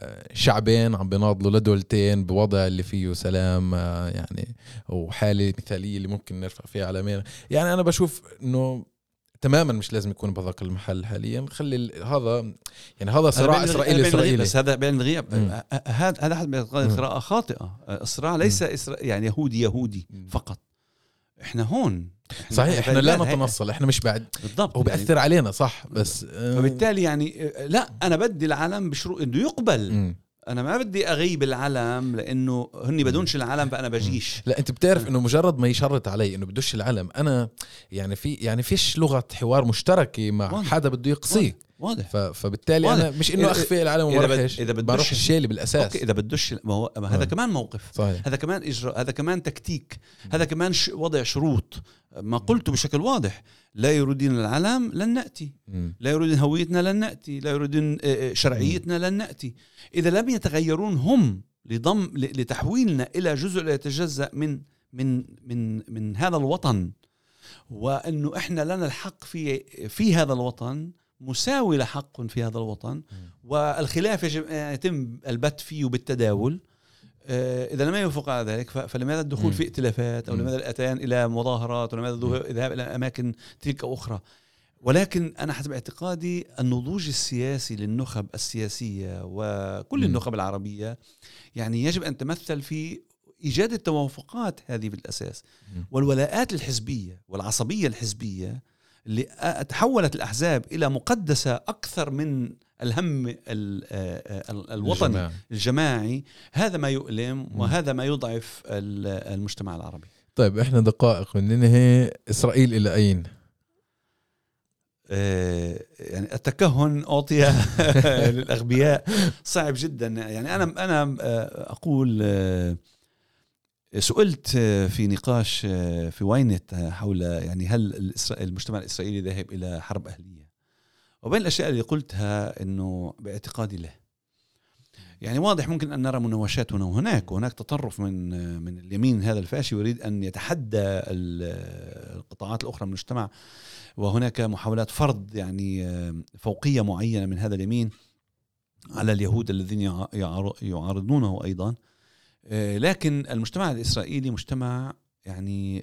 [SPEAKER 2] شعبين عم بيناضلوا لدولتين بوضع اللي فيه سلام يعني، وحالة مثالية اللي ممكن نرفع فيها علامين. يعني أنا بشوف إنه تماما مش لازم يكون بهذاك المحل حاليا. خلي هذا يعني هذا صراع إسرائيلي إسرائيلي
[SPEAKER 1] بس هذا بين الغياب هذا هذا حد قراءة خاطئة. الصراع ليس يعني يهودي يهودي فقط. إحنا هون
[SPEAKER 2] إحنا صحيح إحنا لا نتنصل، إحنا مش بعد
[SPEAKER 1] بالضبط
[SPEAKER 2] وبأثر يعني علينا صح، بس
[SPEAKER 1] فبالتالي يعني لا أنا بدي العالم بشروط إنه يقبل. م. أنا ما بدي أغيب العالم لأنه هني بدونش العالم فأنا بجيش.
[SPEAKER 2] لا أنت بتعرف إنه مجرد ما يشرط علي إنه بدوش العالم أنا يعني في يعني فيش لغة حوار مشتركة مع واضح. حدا بده يقصيك
[SPEAKER 1] واضح.
[SPEAKER 2] فبالتالي واضح. أنا مش إنه أخفي العالم ومرحش إذا بروح الشيء بالأساس.
[SPEAKER 1] أوكي إذا بدوش ما هو ما هذا كمان موقف صحيح. هذا كمان إجراء، هذا كمان تكتيك، هذا كمان ش... وضع شروط. ما قلته بشكل واضح، لا يريدون العالم لن نأتي، لا يريدون هويتنا لن نأتي، لا يريدون شرعيتنا لن نأتي. إذا لم يتغيرون هم لضم لتحويلنا إلى جزء لا يتجزأ من من من من هذا الوطن، وأنه إحنا لنا الحق في في هذا الوطن مساوي لحق في هذا الوطن، والخلاف يجب أن يتم البت فيه بالتداول. إذا لم يوافق على ذلك فلماذا الدخول في ائتلافات، أو لماذا الأتيان إلى مظاهرات، ولماذا الذهاب إلى أماكن تلك أخرى. ولكن أنا حسب اعتقادي النضوج السياسي للنخب السياسية وكل النخب العربية يعني يجب أن تمثل في إيجاد التوافقات هذه بالأساس، والولاءات الحزبية والعصبية الحزبية اللي تحولت الأحزاب إلى مقدسة أكثر من الهم الوطني الجماعي. هذا ما يؤلم وهذا ما يضعف المجتمع العربي.
[SPEAKER 2] طيب إحنا دقائق ننهي. إسرائيل إلى أين؟
[SPEAKER 1] يعني التكهن أعطي للأغبياء صعب جدا. يعني أنا أنا أقول سئلت في نقاش في واينت حول يعني هل المجتمع الإسرائيلي ذاهب إلى حرب أهلية، وبين الأشياء اللي قلتها إنه باعتقادي له يعني واضح ممكن أن نرى مناوشات هنا وهناك، وهناك تطرف من من اليمين هذا الفاشي يريد أن يتحدى القطاعات الأخرى من المجتمع، وهناك محاولات فرض يعني فوقية معينة من هذا اليمين على اليهود الذين يعارضونه أيضا. لكن المجتمع الإسرائيلي مجتمع يعني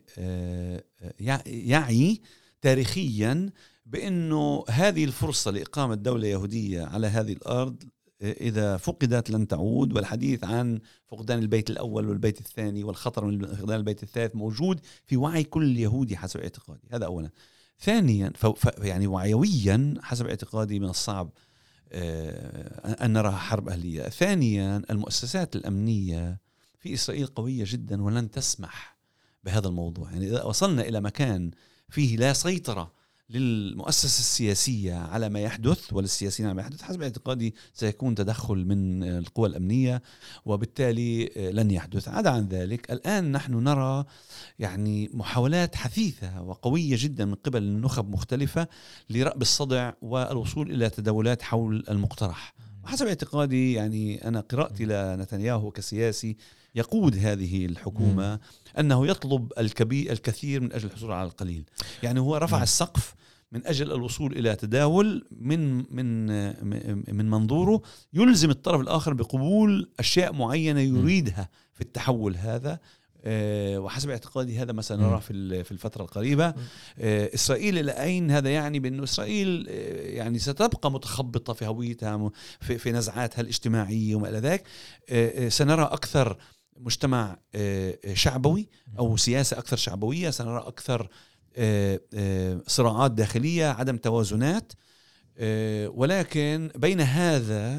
[SPEAKER 1] يعي تاريخيا بأنه هذه الفرصة لإقامة دولة يهودية على هذه الأرض إذا فقدت لن تعود، والحديث عن فقدان البيت الأول والبيت الثاني والخطر من فقدان البيت الثالث موجود في وعي كل يهودي حسب اعتقادي. هذا أولا. ثانيا يعني وعيويا حسب اعتقادي من الصعب أن نرى حرب أهلية. ثانيا المؤسسات الأمنية في إسرائيل قوية جدا ولن تسمح بهذا الموضوع. يعني إذا وصلنا إلى مكان فيه لا سيطرة للمؤسسة السياسية على ما يحدث وللسياسيين على ما يحدث، حسب اعتقادي سيكون تدخل من القوى الأمنية وبالتالي لن يحدث. عدا عن ذلك الآن نحن نرى يعني محاولات حثيثة وقوية جدا من قبل النخب مختلفة لرأب الصدع والوصول إلى تداولات حول المقترح. وحسب اعتقادي يعني أنا قرأتي لنتنياهو كسياسي يقود هذه الحكومة أنه يطلب الكبير الكثير من أجل الحصول على القليل. يعني هو رفع السقف من أجل الوصول إلى تداول من من من منظوره يلزم الطرف الآخر بقبول أشياء معينة يريدها في التحول هذا. وحسب اعتقادي هذا ما سنراه في في الفترة القريبة. إسرائيل إلى أين؟ هذا يعني بأنه إسرائيل يعني ستبقى متخبطة في هويتها في في نزعاتها الاجتماعية وما إلى ذلك. سنرى أكثر مجتمع شعبوي أو سياسة أكثر شعبوية، سنرى أكثر صراعات داخلية، عدم توازنات. ولكن بين هذا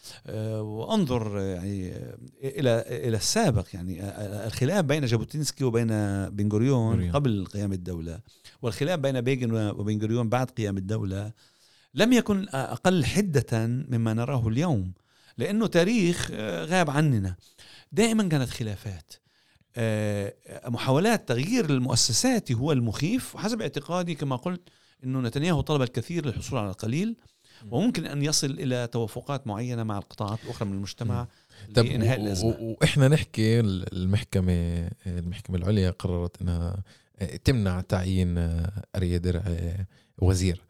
[SPEAKER 1] وانظر يعني الى الى السابق، يعني الخلاف بين جابوتينسكي وبين بن غوريون قبل قيام الدوله، والخلاف بين بيغن وبن غوريون بعد قيام الدوله لم يكن اقل حده مما نراه اليوم، لانه تاريخ غاب عننا. دائما كانت خلافات، محاولات تغيير المؤسسات هو المخيف، وحسب اعتقادي كما قلت انه نتنياهو طلب الكثير للحصول على القليل، وممكن أن يصل إلى توافقات معينة مع القطاعات الأخرى من المجتمع لإنهاء الأزمة.
[SPEAKER 2] وإحنا نحكي المحكمة المحكمة العليا قررت أنها تمنع تعيين أريا درعي وزير،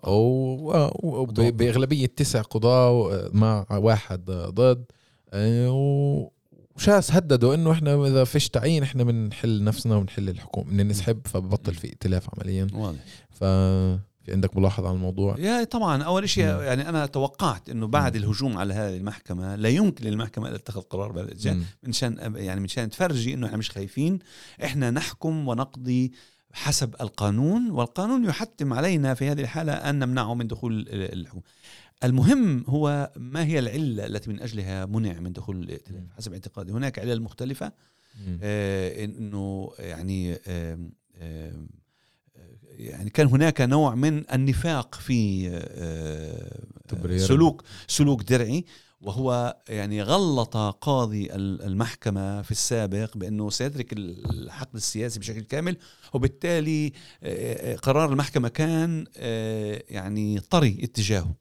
[SPEAKER 2] وبأغلبية تسع قضاة مع واحد ضد، وشاس هددوا إنه إحنا إذا فيش تعيين إحنا بنحل نفسنا ونحل الحكومة، من نسحب فببطل في ائتلاف عمليا. ف في عندك ملاحظة على الموضوع؟
[SPEAKER 1] يا طبعا أول شيء يعني أنا توقعت إنه بعد م. الهجوم على هذه المحكمة لا يمكن للمحكمة أن تتخذ قرار بهذا منشان يعني منشان تفرجي إنه إحنا مش خايفين، إحنا نحكم ونقضي حسب القانون، والقانون يحتم علينا في هذه الحالة أن نمنعه من دخول الحكومة. المهم هو ما هي العلة التي من أجلها منع من دخول الائتلاف؟ حسب اعتقادي هناك علل مختلفة، آه إنه يعني آه آه يعني كان هناك نوع من النفاق في سلوك سلوك درعي، وهو يعني غلط قاضي المحكمة في السابق بأنه سيترك الحقل السياسي بشكل كامل، وبالتالي قرار المحكمة كان يعني طري اتجاهه.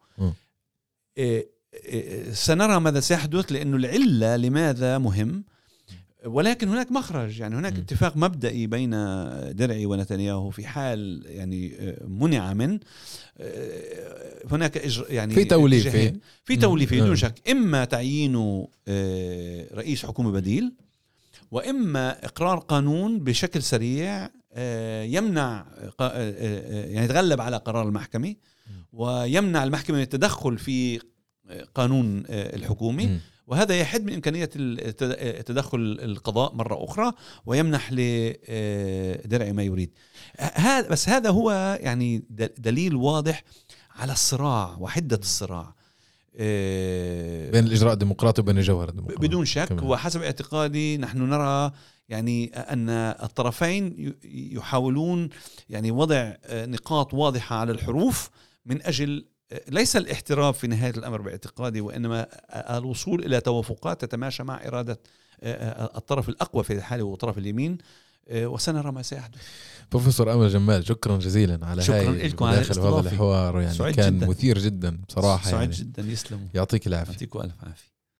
[SPEAKER 1] سنرى ماذا سيحدث، لأنه العلة لماذا مهم، ولكن هناك مخرج، يعني هناك م. اتفاق مبدئي بين درعي ونتنياهو في حال يعني منع من هناك إجر يعني
[SPEAKER 2] في توليف في,
[SPEAKER 1] في توليف بدون شك، إما تعيين رئيس حكومة بديل، وإما إقرار قانون بشكل سريع يمنع يعني يتغلب على قرار المحكمة ويمنع المحكمة من التدخل في قانون الحكومي م. وهذا يحد من إمكانية تدخل القضاء مرة أخرى ويمنح لدرعي ما يريد. هذا بس هذا هو يعني دليل واضح على الصراع وحدة الصراع
[SPEAKER 2] بين الإجراء الديمقراطي وبين الجوهر الديمقراطي
[SPEAKER 1] بدون شك كمان. وحسب اعتقادي نحن نرى يعني أن الطرفين يحاولون يعني وضع نقاط واضحة على الحروف من أجل ليس الاحتراف في نهاية الأمر باعتقادي، وإنما الوصول إلى توافقات تتماشى مع إرادة الطرف الأقوى في الحالة وطرف اليمين، وسنرى ما سيحدث.
[SPEAKER 2] بروفيسور أمل جمال، شكرا جزيلا على
[SPEAKER 1] شكرا لكم على
[SPEAKER 2] هذا الحوار، يعني كان جداً. مثير جدا بصراحة،
[SPEAKER 1] سعيد
[SPEAKER 2] يعني
[SPEAKER 1] جدا. يسلموا،
[SPEAKER 2] يعطيك العافية.
[SPEAKER 1] يعطيكم ألف عافية.